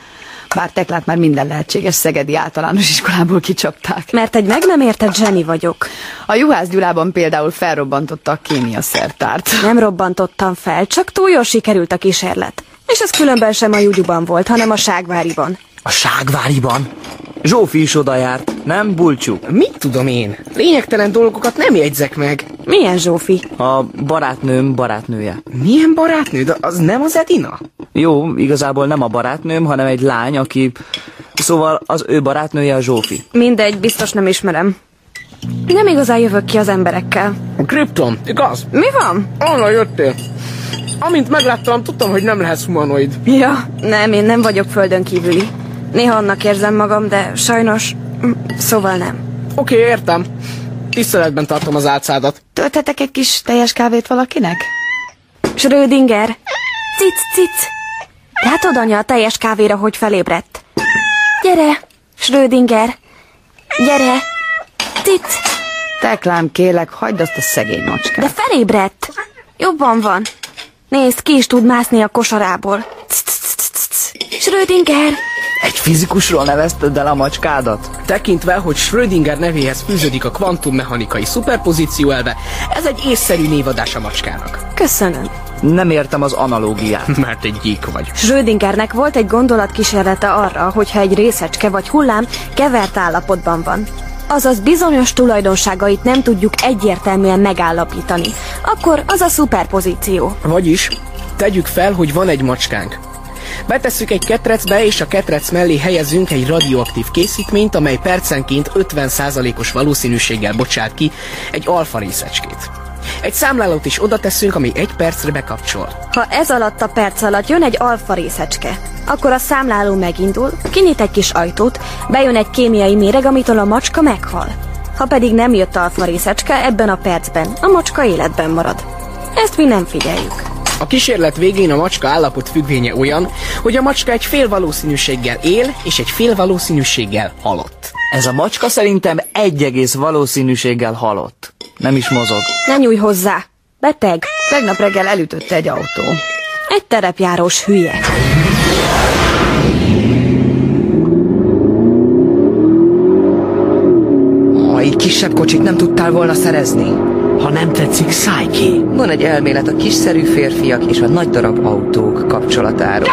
Bár Teklát már minden lehetséges szegedi általános iskolából kicsapták. Mert egy meg nem értett zseni vagyok. A Juhász Gyulában például felrobbantotta a kémia szertárt. Nem robbantottam fel, csak túl jól sikerült a kísérlet. És ez különben sem a Jugyuban volt, hanem a Ságváriban. A Ságváriban? Zsófi is oda járt, nem Bulcsú? Mit tudom én? Lényegtelen dolgokat nem jegyzek meg. Milyen Zsófi? A barátnőm barátnője. Milyen barátnő? De az nem az Edina? Jó, igazából nem a barátnőm, hanem egy lány, aki... Szóval az ő barátnője a Zsófi. Mindegy, biztos nem ismerem. Nem igazán jövök ki az emberekkel. Krypton, igaz? Mi van? Onnan jöttél. Amint megláttam, tudtam, hogy nem lehetsz humanoid. Ja, nem, én nem vagyok földön kívüli. Néha annak érzem magam, de sajnos... Szóval nem. Oké, okay, értem. Tiszteletben tartom az álcádat. Töltetek egy kis teljes kávét valakinek? Schrödinger. Cic, cic. Látod, anya, a teljes kávéra hogy felébredt? Gyere, Schrödinger. Gyere. Cic. Teklám, kélek, hagyd azt a szegény macskát. De felébredt. Jobban van. Nézd, ki is tud mászni a kosarából. Schrödinger. Egy fizikusról nevezted el a macskádat? Tekintve, hogy Schrödinger nevéhez fűződik a kvantummechanikai szuperpozíció elve, ez egy észszerű névadás a macskának. Köszönöm. Nem értem az analógiát. Mert egy gyík vagy. Schrödingernek volt egy gondolatkísérlete arra, hogyha egy részecske vagy hullám kevert állapotban van, azaz bizonyos tulajdonságait nem tudjuk egyértelműen megállapítani, akkor az a szuperpozíció. Vagyis, tegyük fel, hogy van egy macskánk. Betesszük egy ketrecbe, és a ketrec mellé helyezünk egy radioaktív készítményt, amely percenként ötven százalékos valószínűséggel bocsát ki egy alfa részecskét. Egy számlálót is oda teszünk, ami egy percre bekapcsol. Ha ez alatt a perc alatt jön egy alfa részecske, akkor a számláló megindul, kinyit egy kis ajtót, bejön egy kémiai méreg, amitől a macska meghal. Ha pedig nem jött alfa részecske ebben a percben, a macska életben marad. Ezt mi nem figyeljük. A kísérlet végén a macska állapot függvénye olyan, hogy a macska egy fél valószínűséggel él, és egy fél valószínűséggel halott. Ez a macska szerintem egy egész valószínűséggel halott. Nem is mozog. Ne nyújj hozzá! Beteg! Tegnap reggel elütötte egy autó. Egy terepjárós hülye. Ha egy kisebb kocsit nem tudtál volna szerezni? Ha nem tetszik, szállj ki! Van egy elmélet a kiszerű férfiak és a nagy darab autók kapcsolatáról.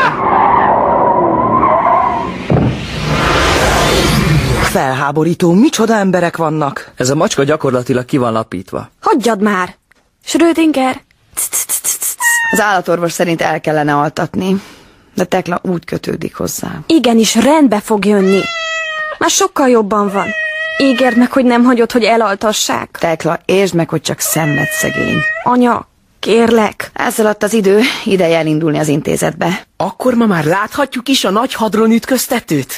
Felháborító, micsoda emberek vannak! Ez a macska gyakorlatilag ki van lapítva. Hagyjad már! Schrödinger! Az állatorvos szerint el kellene altatni, de Tekla úgy kötődik hozzá. Igenis, rendbe fog jönni. Már sokkal jobban van. Ígérd meg, hogy nem hagyod, hogy elaltassák. Tekla, értsd meg, hogy csak szenved szegény. Anya, kérlek. Elszaladt az idő, ideje elindulni az intézetbe. Akkor ma már láthatjuk is a nagy hadron ütköztetőt?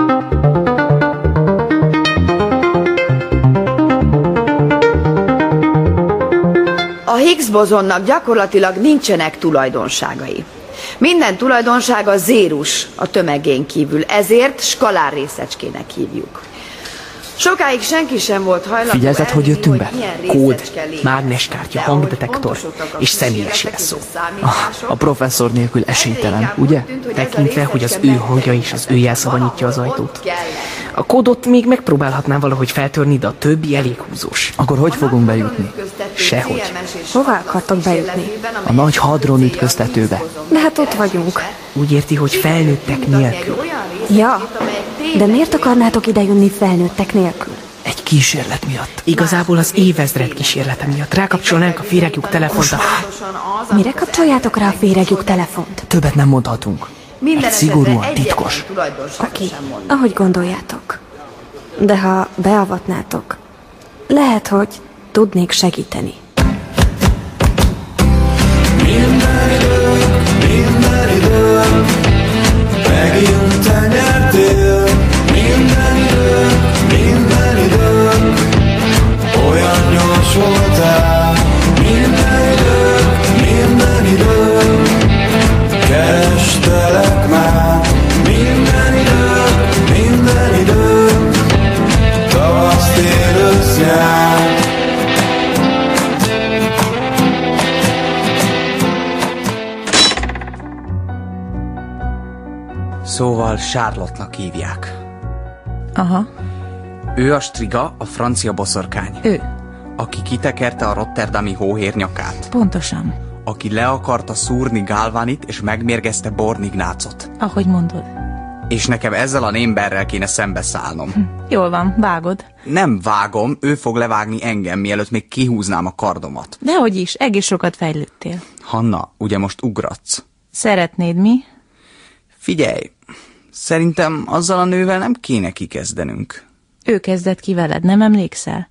A Higgs bozonnak gyakorlatilag nincsenek tulajdonságai. Minden tulajdonsága zérus a tömegén kívül, ezért skalár részecskének hívjuk. Sokáig senki sem volt hajlandó. Figyelted, hogy jöttünk be? Kód, mágneskártya, de hangdetektor és személyes jelszó. Ah, a professzor nélkül esélytelen, ugye? Tekintve, hogy az ő hangja és az ő jelszava nyitja az ajtót. A kódot még megpróbálhatnám valahogy feltörni, de a többi elég húzós. Akkor hogy fogunk bejutni? Sehogy. Hová akartok bejutni? A nagy hadron ütköztetőbe. De hát ott vagyunk. Úgy érti, hogy felnőttek nélkül. Ja, de miért akarnátok idejönni felnőttek nélkül? Egy kísérlet miatt. Igazából az évezred kísérlete miatt. Rákapcsolnánk a féreglyuk telefont a... Mire kapcsoljátok rá a féreglyuk telefont? Többet nem mondhatunk. Egy szigorúan titkos. Oké, ahogy gondoljátok. De ha beavatnátok, lehet, hogy tudnék segíteni. Minden idők, minden idők, megint te nyertél. Minden idők, minden idők, olyan gyors voltál. Minden idők, minden idők, kerestelek már. Minden idők, minden idők, tavasz, tél, ősz, nyár. Szóval Charlotte-nak hívják. Aha. Ő a striga, a francia boszorkány. Ő. Aki kitekerte a rotterdami hóhér nyakát. Pontosan. Aki le akarta szúrni Galvanit, és megmérgezte Bornignácot. Ahogy mondod. És nekem ezzel a némberrel kéne szembeszállnom. Hm. Jól van, vágod. Nem vágom, ő fog levágni engem, mielőtt még kihúznám a kardomat. Dehogy is, egész sokat fejlődtél. Hanna, ugye most ugratsz? Szeretnéd mi? Figyelj, szerintem azzal a nővel nem kéne kikezdenünk. Ő kezdett ki veled, nem emlékszel?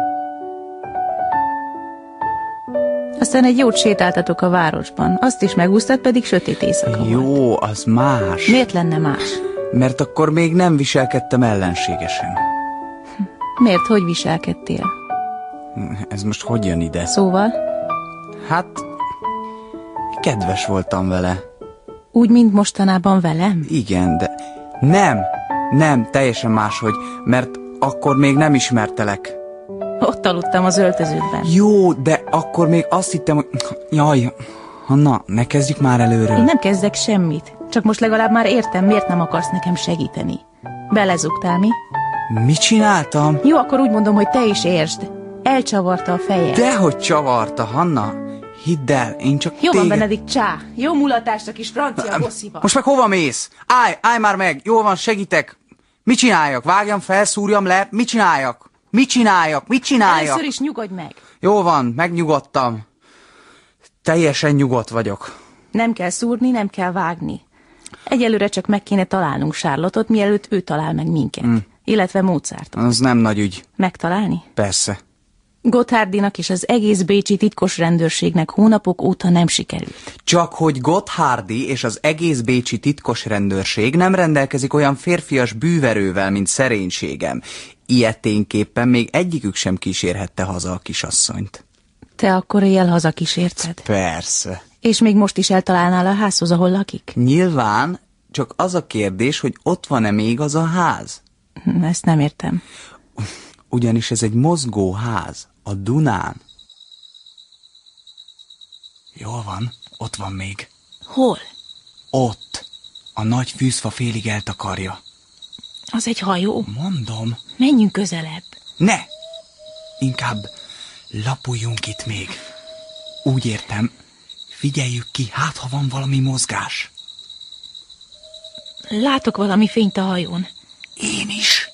Aztán egy jót sétáltatok a városban. Azt is megúsztad, pedig sötét éjszaka volt. Jó, az más. Miért lenne más? Mert akkor még nem viselkedtem ellenségesen. Miért? Hogy viselkedtél? Ez most hogy jön ide? Szóval? Hát, kedves voltam vele. Úgy, mint mostanában velem? Igen, de nem, nem, teljesen máshogy, mert akkor még nem ismertelek. Ott aludtam az öltöződben. Jó, de akkor még azt hittem, hogy... Jaj, Hanna, ne kezdjük már előről. Én nem kezdek semmit. Csak most legalább már értem, miért nem akarsz nekem segíteni. Belezugtál, mi? Mit csináltam? Jó, akkor úgy mondom, hogy te is értsd. Elcsavarta a fejed. Dehogy csavarta, Hanna. Hidd el, én csak Jó téged... van, Benedikt, csá. Jó mulatásra kis francia bossziba. Most meg hova mész? Állj, állj már meg. Jó van, segítek. Mit csináljak? Vágjam fel, szúrjam le? Mit csináljak? Mit csináljak? Mit csináljak? Először is nyugodj meg. Jó van, megnyugodtam. Teljesen nyugodt vagyok. Nem kell szúrni, nem kell vágni. Egyelőre csak meg kéne találnunk Charlotte-ot, mielőtt ő talál meg minket. Mm. Illetve Mozartot. Az nem nagy ügy. Megtalálni? Persze. Gotthardinak és az egész bécsi titkos rendőrségnek hónapok óta nem sikerült. Csak hogy Gotthardi és az egész bécsi titkos rendőrség nem rendelkezik olyan férfias bűverővel, mint szerénységem. Ilyetényképpen még egyikük sem kísérhette haza a kisasszonyt. Te akkor éjjel haza kísérted? Persze. És még most is eltalálnál a házhoz, ahol lakik? Nyilván, csak az a kérdés, hogy ott van-e még az a ház? Ezt nem értem. Ugyanis ez egy mozgó ház, a Dunán. Jól van, ott van még. Hol? Ott. A nagy fűzfa félig eltakarja. Az egy hajó? Mondom. Menjünk közelebb. Ne! Inkább lapuljunk itt még. Úgy értem, figyeljük ki, hát ha van valami mozgás. Látok valami fényt a hajón. Én is.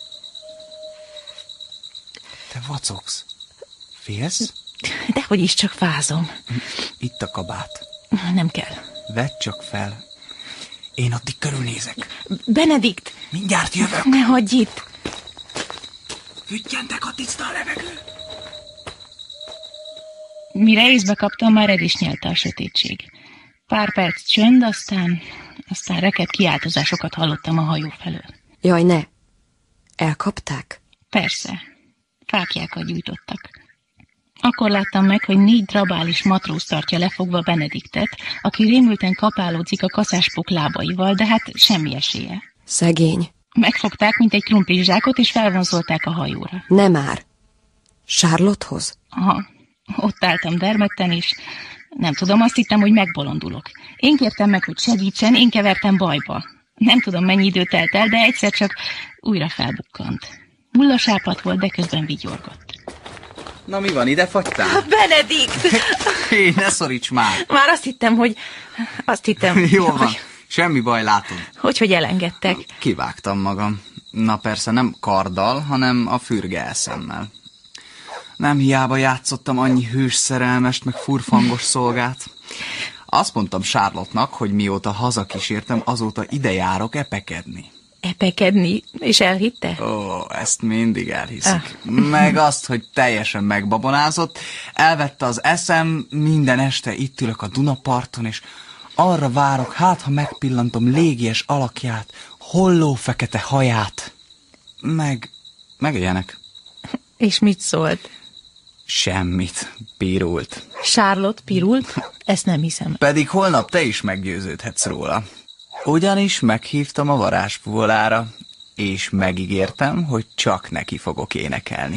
Te vacogsz. Félsz? Dehogy is, csak fázom. Itt a kabát. Nem kell. Vedd csak fel. Én addig körülnézek. Benedikt! Mindjárt jövök. Ne hagyj itt. Függyentek, a tiszta a levegő. Mire észbe kaptam, már el is nyelte a sötétség. Pár perc csönd, aztán, aztán reket kiáltozásokat hallottam a hajó felől. Jaj, ne! Elkapták? Persze. Fáklyákat gyújtottak. Akkor láttam meg, hogy négy drabális matróz tartja lefogva Benediktet, aki rémülten kapálódzik a kaszáspok lábaival, de hát semmi esélye. Szegény. Megfogták, mint egy krumplizsákot, és felvonzolták a hajóra. Nem már. Charlotte-hoz? Aha. Ott álltam dermedten, és nem tudom, azt hittem, hogy megbolondulok. Én kértem meg, hogy segítsen, én kevertem bajba. Nem tudom, mennyi idő telt el, de egyszer csak újra felbukkant. Mullasápat volt, de közben vigyorgott. Na mi van, ide fagytál? Benedikt! Hé, ne szoríts már! Már azt hittem, hogy... Azt hittem... Jó van, hogy... semmi baj, látod. Hogy, hogy elengedtek? Kivágtam magam. Na persze, nem karddal, hanem a fürge elszemmel. Nem hiába játszottam annyi hős szerelmest, meg furfangos szolgát. Azt mondtam Charlotte-nak, hogy mióta hazakísértem, azóta ide járok epekedni. Epekedni? És elhitte? Ó, ezt mindig elhiszik. Ah. Meg azt, hogy teljesen megbabonázott. Elvette az eszem, minden este itt ülök a Dunaparton, és arra várok, hát ha megpillantom légies alakját, holló fekete haját. Meg, meg ilyenek. És mit szólt? Semmit. Pirult. Charlotte pirult? Ezt nem hiszem. Pedig holnap te is meggyőződhetsz róla. Ugyanis meghívtam a varázsfuvolára, és megígértem, hogy csak neki fogok énekelni.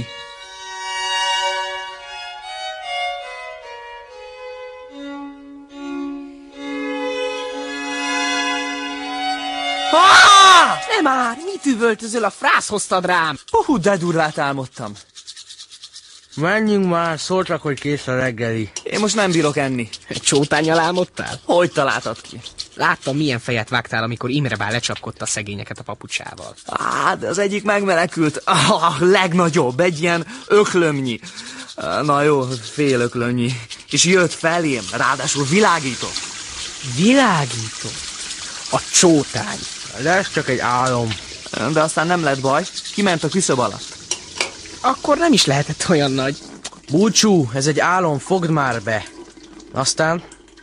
Ah! Nem már! Mit üvöltözöl? A frász hoztad rám! Hú, de durvát álmodtam. Menjünk már, szóltak, hogy kész a reggeli. Én most nem bírok enni. Egy csótánnyal álmodtál? Hogy találtad ki? Láttam, milyen fejet vágtál, amikor Imre bár lecsapkodta a szegényeket a papucsával. Á, de az egyik megmenekült. A legnagyobb, egy ilyen öklömnyi. Na jó, fél öklömnyi. És jött felém, ráadásul világított. Világított? A csótány. De ez csak egy álom. De aztán nem lett baj, kiment a küszöb alatt. Akkor nem is lehetett olyan nagy. Búcsú, ez egy álom, fogd már be. Aztán?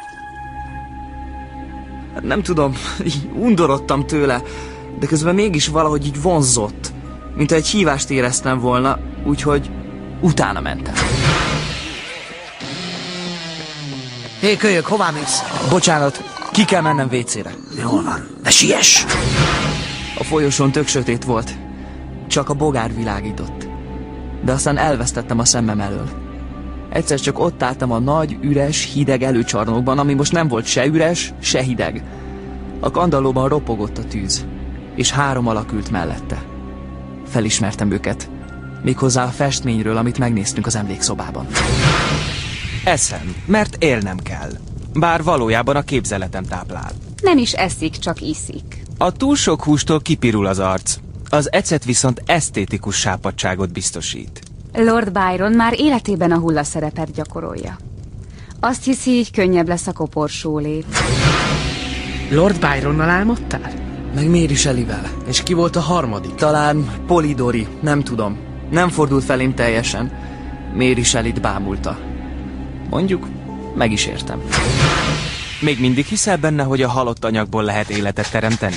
Hát nem tudom, így undorodtam tőle, de közben mégis valahogy így vonzott. Mint egy hívást éreztem volna, úgyhogy utána mentem. Hé, kölyök, hová mész? Bocsánat, ki kell mennem vécére. Jól van, de siess! A folyosón tök sötét volt. Csak a bogár világított. De aztán elvesztettem a szemem elől. Egyszer csak ott álltam a nagy, üres, hideg előcsarnokban, ami most nem volt se üres, se hideg. A kandallóban ropogott a tűz, és három alak ült mellette. Felismertem őket, méghozzá a festményről, amit megnéztünk az emlékszobában. Eszem, mert élnem kell. Bár valójában a képzeletem táplál. Nem is eszik, csak iszik. A túl sok hústól kipirul az arc. Az ecet viszont esztétikus sápadtságot biztosít. Lord Byron már életében a hullaszerepet gyakorolja. Azt hiszi, így könnyebb lesz a koporsólét. Lord Byronnal álmodtál? Meg Mary Shelleyvel. És ki volt a harmadik? Talán Polidori, nem tudom. Nem fordult felém teljesen. Mary Shelleyt bámulta. Mondjuk, meg is értem. Még mindig hiszel benne, hogy a halott anyagból lehet életet teremteni?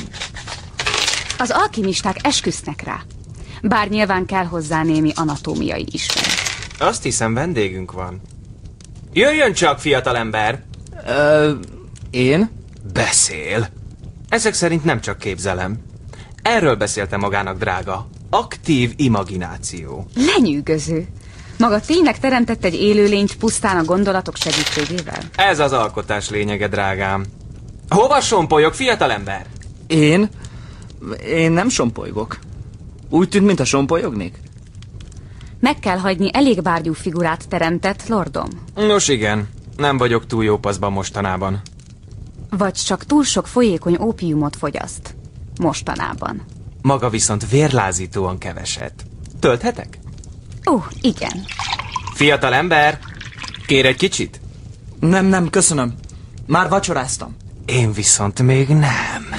Az alkimisták esküsznek rá. Bár nyilván kell hozzá némi anatómiai ismeret. Azt hiszem, vendégünk van. Jöjjön csak, fiatalember! Ö, én? Beszél. Ezek szerint nem csak képzelem. Erről beszélte magának, drága. Aktív imagináció. Lenyűgöző. Maga tényleg teremtett egy élőlényt pusztán a gondolatok segítségével? Ez az alkotás lényege, drágám. Hova sompolyog, fiatalember? Én? Én nem sompolygok. Úgy tűnt, mintha sompolyognék. Meg kell hagyni, elég bárgyú figurát teremtett, lordom. Nos igen, nem vagyok túl jó paszban mostanában. Vagy csak túl sok folyékony ópiumot fogyaszt. Mostanában. Maga viszont vérlázítóan keveset. Tölthetek? Ó, uh, igen. Fiatal ember, kér egy kicsit? Nem, nem, köszönöm. Már vacsoráztam. Én viszont még nem.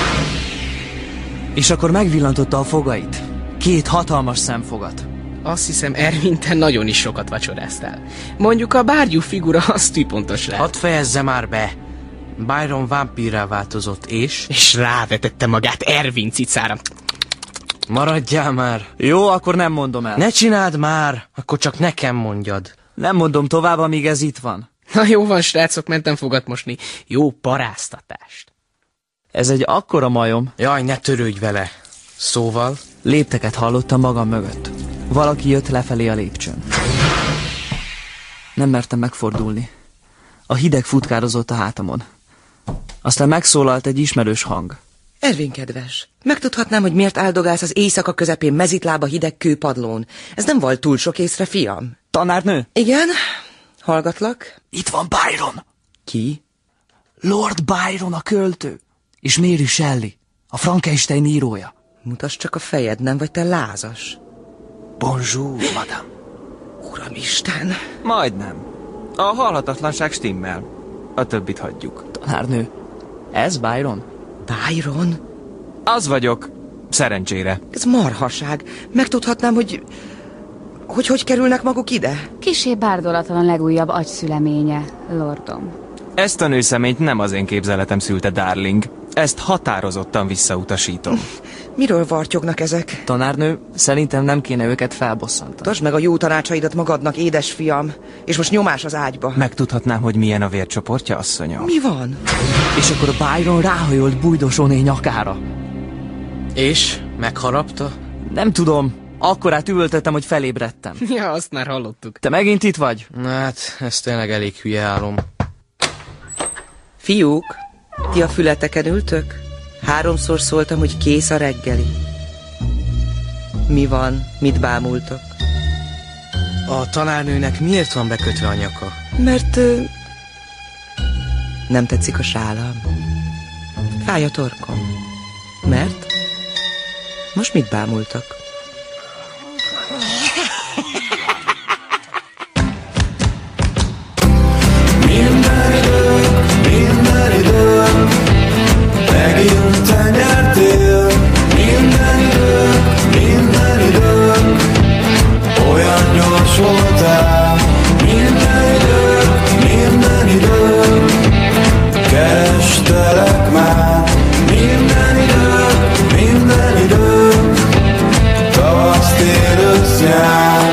És akkor megvillantotta a fogait. Két hatalmas szemfogat. Azt hiszem, Ervin, te nagyon is sokat vacsoráztál. Mondjuk a bárgyú figura az tűpontos rá. Hadd fejezze már be. Byron vámpírrá változott, és... És rávetette magát Ervin cicára. Maradjál már. Jó, akkor nem mondom el. Ne csináld már, akkor csak nekem mondjad. Nem mondom tovább, amíg ez itt van. Na jó van, srácok, mentem fogat mosni. Jó paráztatást. Ez egy akkora majom. Jaj, ne törődj vele. Szóval? Lépteket hallottam magam mögött. Valaki jött lefelé a lépcsőn. Nem mertem megfordulni. A hideg futkározott a hátamon. Aztán megszólalt egy ismerős hang. Ervin kedves, megtudhatnám, hogy miért áldogálsz az éjszaka közepén mezitlába hideg kőpadlón. Ez nem volt túl sok észre, fiam. Tanárnő? Igen, hallgatlak. Itt van Byron. Ki? Lord Byron a költő. És Mary Shelley, a Frankenstein írója. Mutasd csak a fejed, nem vagy te lázas. Bonjour, madame. Uramisten. Majdnem. A halhatatlanság stimmel. A többit hagyjuk. Tanárnő, ez Byron? Byron? Az vagyok. Szerencsére. Ez marhaság. Megtudhatnám, hogy... Hogy hogy kerülnek maguk ide? Kissé bárdolatlan a legújabb agyszüleménye, lordom. Ezt a nőszeményt nem az én képzeletem szülte, darling. Ezt határozottan visszautasítom. Miről vartyognak ezek? Tanárnő, szerintem nem kéne őket felbosszantani. Tartsd meg a jó tanácsaidat magadnak, édes fiam. És most nyomás az ágyba. Megtudhatnám, hogy milyen a vércsoportja, asszonyom? Mi van? És akkor Byron ráhajolt bújdosoné nyakára. És? Megharapta? Nem tudom. Akkorát üvöltöttem, hogy felébredtem. Ja, azt már hallottuk. Te megint itt vagy? Hát, ez tényleg elég hülye álom. Fiúk, ti a fületeken ültök? Háromszor szóltam, hogy kész a reggeli. Mi van? Mit bámultok? A tanárnőnek miért van bekötve a nyaka? Mert... Ö... nem tetszik a sálam. Fáj a torkom. Mert? Most mit bámultak? Minden idők, minden idők, megint te nyertél. Minden idők, minden idők, olyan gyors voltál. Minden idők, minden idők, kerestelek már. Minden idők, minden idők, tavasz, tél, ősz, nyár.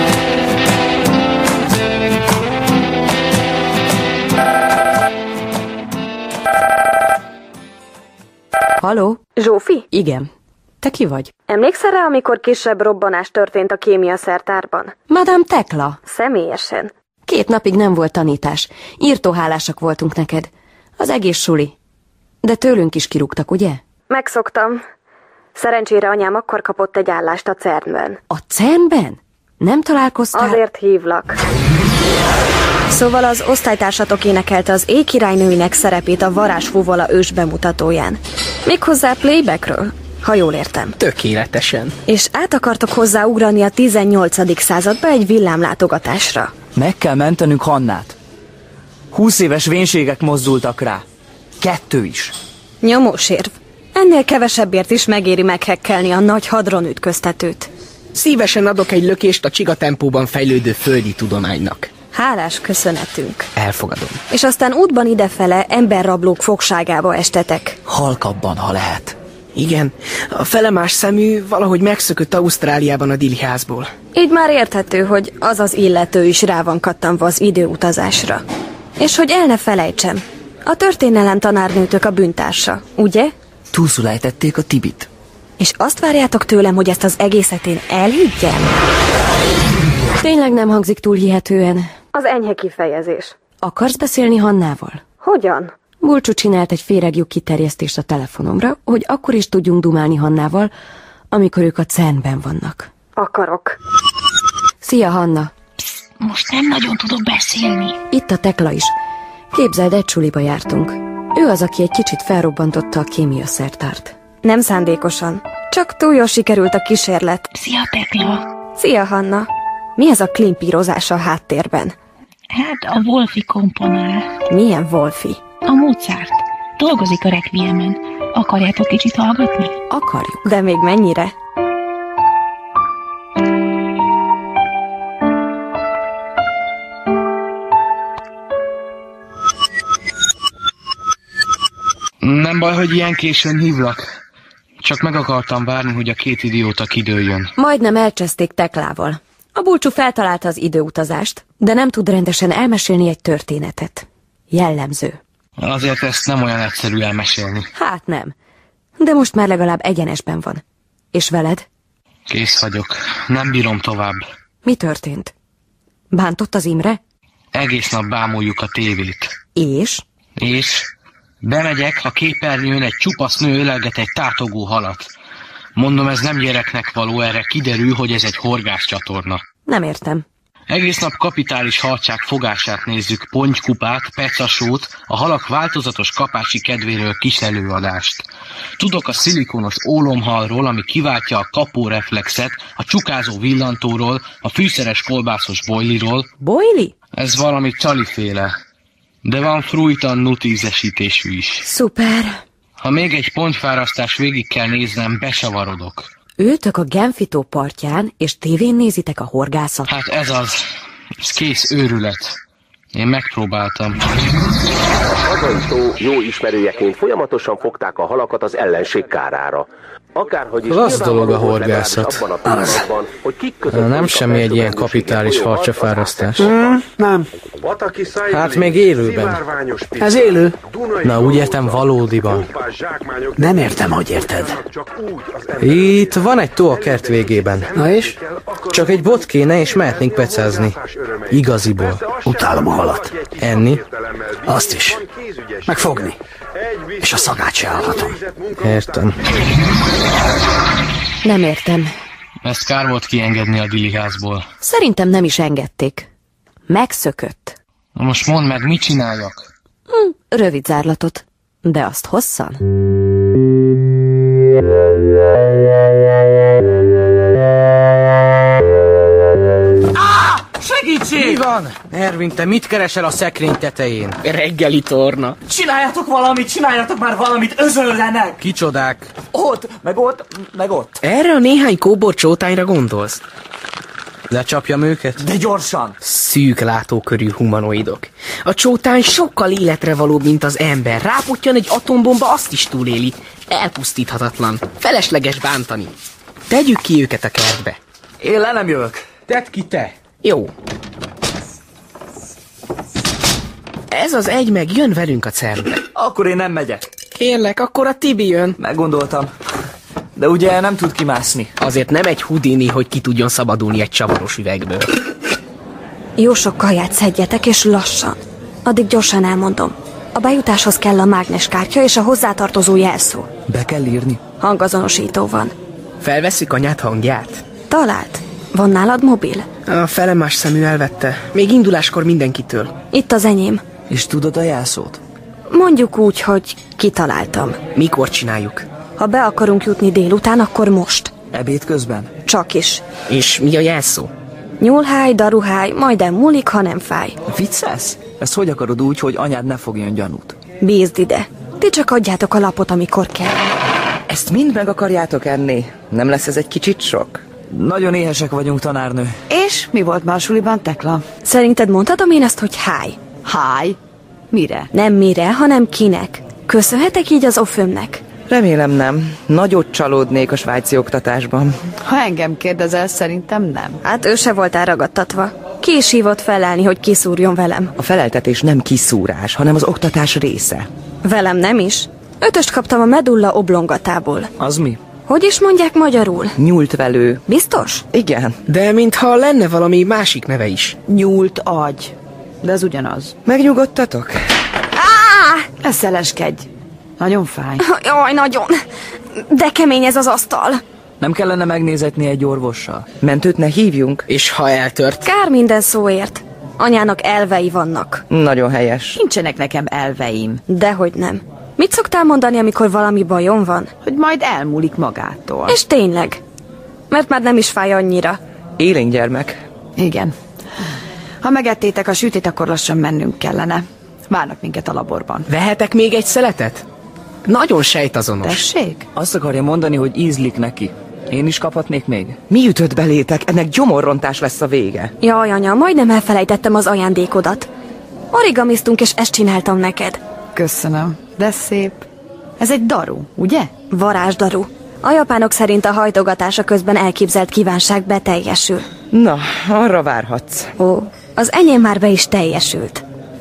Haló? Zsófi? Igen. Te ki vagy? Emlékszel rá, amikor kisebb robbanás történt a kémiaszertárban? Madame Tekla. Személyesen. Két napig nem volt tanítás. Írtóhálásak voltunk neked. Az egész suli. De tőlünk is kirúgtak, ugye? Megszoktam. Szerencsére anyám akkor kapott egy állást a cernben. A cernben? Nem találkoztál? Azért hívlak. Szóval az osztálytársatok énekelte az éjkirálynőinek szerepét a varázsfúvola ős bemutatóján. Méghozzá playbackről, ha jól értem. Tökéletesen. És át akartok hozzá ugrani a tizennyolcadik századba egy villámlátogatásra. Meg kell mentenünk Hannát. Húsz éves vénségek mozdultak rá. Kettő is. Nyomós érv. Ennél kevesebbért is megéri meghekkelni a nagy hadron ütköztetőt. Szívesen adok egy lökést a csigatempóban fejlődő földi tudománynak. Hálás köszönetünk. Elfogadom. És aztán útban idefele emberrablók fogságába estetek. Halkabban, ha lehet. Igen, a felemás szemű valahogy megszökött Ausztráliában a Dili házból. Így már érthető, hogy az az illető is rá van kattanva az időutazásra. És hogy el ne felejtsem, a történelem tanárnőtök a bűntársa, ugye? Túlszul ejtették a Tibit. És azt várjátok tőlem, hogy ezt az egészet én elhiggyem? Tényleg nem hangzik túl hihetően. Az enyhe kifejezés. Akarsz beszélni Hannával? Hogyan? Bulcsú csinált egy féreglyuk kiterjesztést a telefonomra, hogy akkor is tudjunk dumálni Hannával, amikor ők a cernben vannak. Akarok. Szia, Hanna. Psz, most nem nagyon tudok beszélni. Itt a Tekla is. Képzeld, egy suliba jártunk. Ő az, aki egy kicsit felrobbantotta a kémiaszertárt. Nem szándékosan. Csak túl jól sikerült a kísérlet. Szia, Tekla. Szia, Hanna. Mi ez a klimpírozás a háttérben? Hát a Wolfi komponál. Milyen Wolfi? A Mozart. Dolgozik a Requiemen. Akarjátok kicsit hallgatni? Akarjuk. De még mennyire? Nem baj, hogy ilyen későn hívlak. Csak meg akartam várni, hogy a két idióta kidőljön. Majdnem elcseszték Teklával. A Bulcsú feltalálta az időutazást, de nem tud rendesen elmesélni egy történetet. Jellemző. Azért ezt nem olyan egyszerű elmesélni. Hát nem. De most már legalább egyenesben van. És veled? Kész vagyok. Nem bírom tovább. Mi történt? Bántott az Imre? Egész nap bámuljuk a tévét. És? És? Bemegyek, a képernyőn egy csupasz nő ölelget egy tátogó halat. Mondom, ez nem gyereknek való, erre kiderül, hogy ez egy horgászcsatorna. Nem értem. Egész nap kapitális harcsák fogását nézzük, pontkupát, pecasót, a halak változatos kapási kedvéről kis előadást. Tudok a szilikonos ólomhalról, ami kiváltja a kapóreflexet, a csukázó villantóról, a fűszeres kolbászos bojliról. Bojli? Ez valami csaliféle. De van frújtan nutízesítésű is. Szuper. Ha még egy pontyfárasztás végig kell néznem, besavarodok. Ültök a Genfitó partján, és tévén nézitek a horgászat. Hát ez az. Ez kész őrület. Én megpróbáltam. A hazai tó jó ismerőjeként folyamatosan fogták a halakat az ellenség kárára. Akárhogy is, az dolog a horgászat. Az. Nem semmi egy ilyen kapitális harcsafárasztás. Mm, nem. Hát még élőben. Ez élő. Na, úgy értem valódiban. Nem értem, hogy érted. Itt van egy tó a kert végében. Na és? Csak egy bot kéne, és mehetnénk pecázni. Igaziból. Utálom a halat. Enni? Azt is. Megfogni. És a szagát se állhatom. Értem. Nem értem. Ezt kár volt kiengedni a diliházból. Szerintem nem is engedték. Megszökött. Na most mondd meg, mit csináljak? Hm, rövid zárlatot. De azt hosszan? Segítség! Mi van? Ervin, te mit keresel a szekrény tetején? Reggeli torna. Csináljatok valamit, csináljatok már valamit, özönlenek! Kicsodák? Ott, meg ott, meg ott. Erre a néhány kóbor csótányra gondolsz? Lecsapjam őket? De gyorsan! Szűk látókörű humanoidok. A csótány sokkal életrevalóbb, mint az ember. Ráputtyan egy atombomba, azt is túléli. Elpusztíthatatlan. Felesleges bántani. Tegyük ki őket a kertbe. Én le nem jövök. Tedd ki te. Jó. Ez az egy meg jön velünk a cellbe. Akkor én nem megyek. Kérlek, akkor a Tibi jön. Meggondoltam. De ugye nem tud kimászni. Azért nem egy Houdini, hogy ki tudjon szabadulni egy csavaros üvegből. Jó sok kaját szedjetek, és lassan. Addig gyorsan elmondom. A bejutáshoz kell a mágneskártya és a hozzátartozó jelszó. Be kell írni. Hangazonosító van. Felveszik anyád hangját? Talált. Van nálad mobil? A felemás szemű elvette. Még induláskor mindenkitől. Itt az enyém. És tudod a jelszót? Mondjuk úgy, hogy kitaláltam. Mikor csináljuk? Ha be akarunk jutni délután, akkor most. Ebéd közben? Csak is. És mi a jelszó? Nyúlháj, daruháj, majdnem múlik, ha nem fáj. Viccelsz? Ezt hogy akarod úgy, hogy anyád ne fogjon gyanút? Bízd ide. Ti csak adjátok a lapot, amikor kell. Ezt mind meg akarjátok enni? Nem lesz ez egy kicsit sok? Nagyon éhesek vagyunk, tanárnő. És mi volt már suliban, Tekla? Szerinted mondhatom én ezt, hogy háj? Háj? Mire? Nem mire, hanem kinek. Köszönhetek így az ofömnek? Remélem nem. Nagyot csalódnék a svájci oktatásban. Ha engem kérdezel, szerintem nem. Hát ő se volt elragadtatva. Ki is hívott felállni, hogy kiszúrjon velem? A feleltetés nem kiszúrás, hanem az oktatás része. Velem nem is. Ötöst kaptam a medulla oblongatából. Az mi? Hogy is mondják magyarul? Nyúltvelő. Biztos? Igen. De mintha lenne valami másik neve is. Nyúlt agy. De ez ugyanaz. Megnyugodtatok? Á! Ne szeleskedj. Nagyon fáj. Jaj, nagyon. De kemény ez az asztal. Nem kellene megnézetni egy orvossal? Mentőt ne hívjunk? És ha eltört? Kár minden szóért. Anyának elvei vannak. Nagyon helyes. Nincsenek nekem elveim. Dehogy nem. Mit szoktál mondani, amikor valami bajom van? Hogy majd elmúlik magától. És tényleg. Mert már nem is fáj annyira. Élénk gyermek. Igen. Ha megettétek a sütét, akkor lassan mennünk kellene. Várnak minket a laborban. Vehetek még egy szeletet? Nagyon sejtazonos. Tessék? Azt akarja mondani, hogy ízlik neki. Én is kaphatnék még? Mi ütött belétek? Ennek gyomorrontás lesz a vége. Jaj, anya, majdnem elfelejtettem az ajándékodat. Origamiztunk, és ezt csináltam neked. Köszönöm. De szép. Ez egy daru, ugye? Varázsdaru. A japánok szerint a hajtogatása közben elképzelt kívánság beteljesül. Na, arra várhatsz. Ó, az enyém már be is teljesült.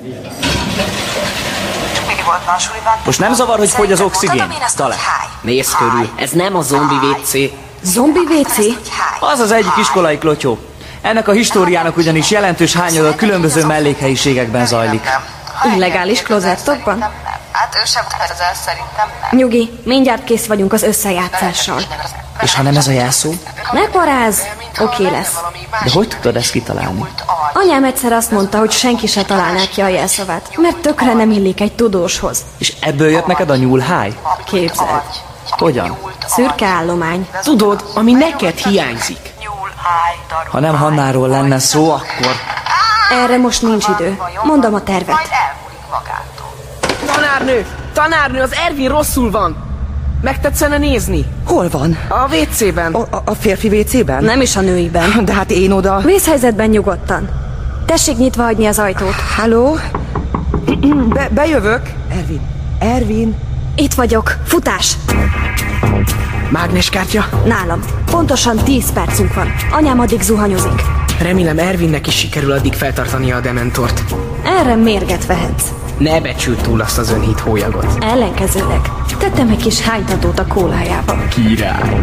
Most nem zavar, hogy fogy az oxigén? Talán. Nézz körül, ez nem a zombi vé cé. Zombi vé cé? Az az egyik iskolai klotyó. Ennek a históriának ugyanis jelentős hányada különböző mellékhelyiségekben zajlik. Illegális klozettokban? Hát ő sem ezzel szerintem nem. Nyugi, mindjárt kész vagyunk az összejátszással. És ha nem ez a jelszó? Ne parázz! Oké lesz. De hogy tudod ezt kitalálni? Anyám egyszer azt mondta, hogy senki se találná ki a jelszavát, mert tökre nem illik egy tudóshoz. És ebből jött neked a nyúlháj? Képzeld. Hogyan? Szürke állomány. Tudod, ami neked hiányzik. Ha nem Hannáról lenne szó, akkor... Erre most nincs idő. Mondom a tervet. Tanárnő! Tanárnő, az Ervin rosszul van! Megtetszene nézni? Hol van? A vé cében. A, a férfi vé cében? Nem is a nőiben. De hát én oda... Vészhelyzetben nyugodtan. Tessék nyitva hagyni az ajtót. Halló? Be, bejövök. Ervin, Ervin, Itt vagyok. Futás. Mágneskártya? Nálam. Pontosan tíz percünk van. Anyám addig zuhanyozik. Remélem Ervinnek is sikerül addig feltartania a dementort. Erre mérget vehetsz. Ne becsült túl azt az önhit hólyagot. Ellenkezőleg. Tettem egy kis hánytatót a kólájába. Király.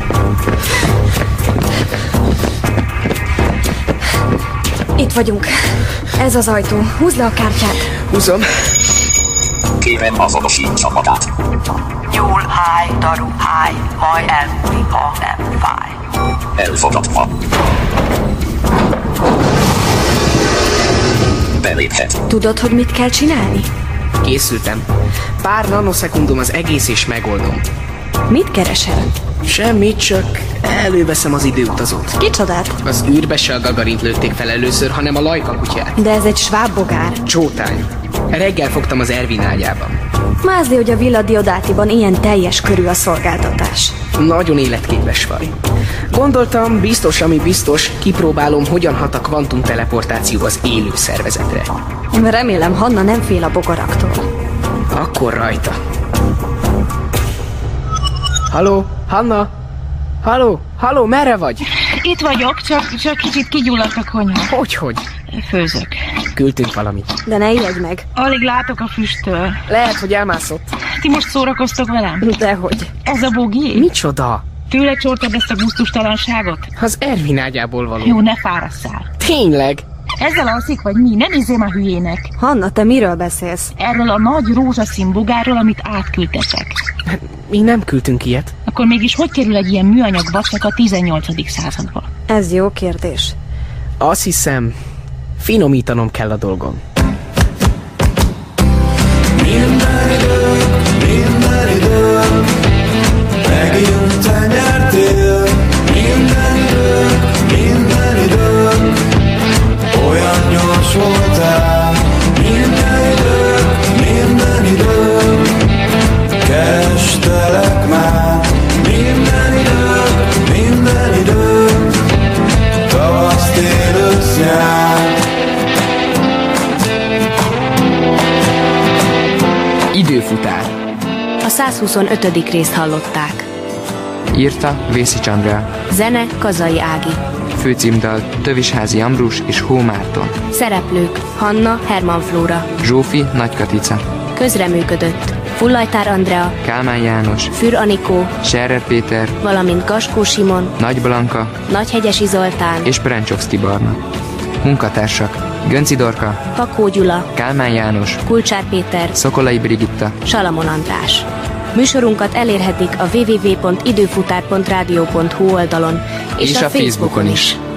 Itt vagyunk. Ez az ajtó. Húzd le a kártyát. Húzom. Kérem, azonosítsa magát. Nyúl, háj, daru, háj, haj elfújni, ha nem fáj. Elfogadva. Beléphet. Tudod, hogy mit kell csinálni? Készültem. Pár nanoszekundum az egész és megoldom. Mit keresel? Semmit, csak előveszem az időutazót. Kicsodát? Az űrbe se a Gagarint lőtték fel először, hanem a Lajka kutyát. De ez egy sváb bogár. Csótány. Reggel fogtam az Ervin ágyában. Mázli, hogy a Villa Diodátiban ilyen teljes körű a szolgáltatás. Nagyon életképes vagy. Gondoltam, biztos, ami biztos, kipróbálom, hogyan hat a kvantumteleportáció az élő szervezetre. Remélem, Hanna nem fél a bogaraktól. Akkor rajta. Halló, Hanna? Halló, halló, merre vagy? Itt vagyok, csak, csak kicsit kigyulladt a konyha. Hogyhogy? Főzök. Küldtünk valamit. De ne ijedj meg. Alig látok a füsttől. Lehet, hogy elmászott. Ti most szórakoztok velem? Dehogy. Ez a bogi? Micsoda? Tőle csortad ezt a gusztustalanságot? Az Ervin ágyából való. Jó, ne fárasszál. Tényleg? Ezzel alszik, vagy mi? Nem nézzél a hülyének. Hanna, te miről beszélsz? Erről a nagy rózsaszín bogárról, amit átküldtetek. Hát, mi nem küldtünk ilyet. Akkor mégis hogy kerül egy ilyen műanyag vacak a tizennyolcadik századba? Ez jó kérdés. Azt hiszem, finomítanom kell a dolgom. Minden idők, minden idők, megint te nyertél. Minden idők, minden idők, olyan gyors voltál. Minden idők, minden idők, kerestelek már. Minden idők, minden idők, tavasz, tél, ősz, nyár. Időfutár. A százhuszonötödik részt hallották. Írta Vészics Andrea. Zene Kazai Ági. Főcímdal Tövisházi Ambrus és Hó Márton. Szereplők Hanna Herman Flóra. Zsófi Nagy Katica. Közreműködött Fullajtár Andrea, Kálmán János, Für Anikó, Scherrer Péter, valamint Gaskó Simon, Nagy Blanka, Nagyhegyesi Zoltán és Perencsovszki Barna. Munkatársak Gönci Dorka, Pakó Gyula, Kálmán János, Kulcsár Péter, Szokolai Brigitta, Salamon András. Műsorunkat elérhetik a double-u double-u double-u pont időfutár pont rádió pont hu oldalon és, és a, a Facebookon is. is.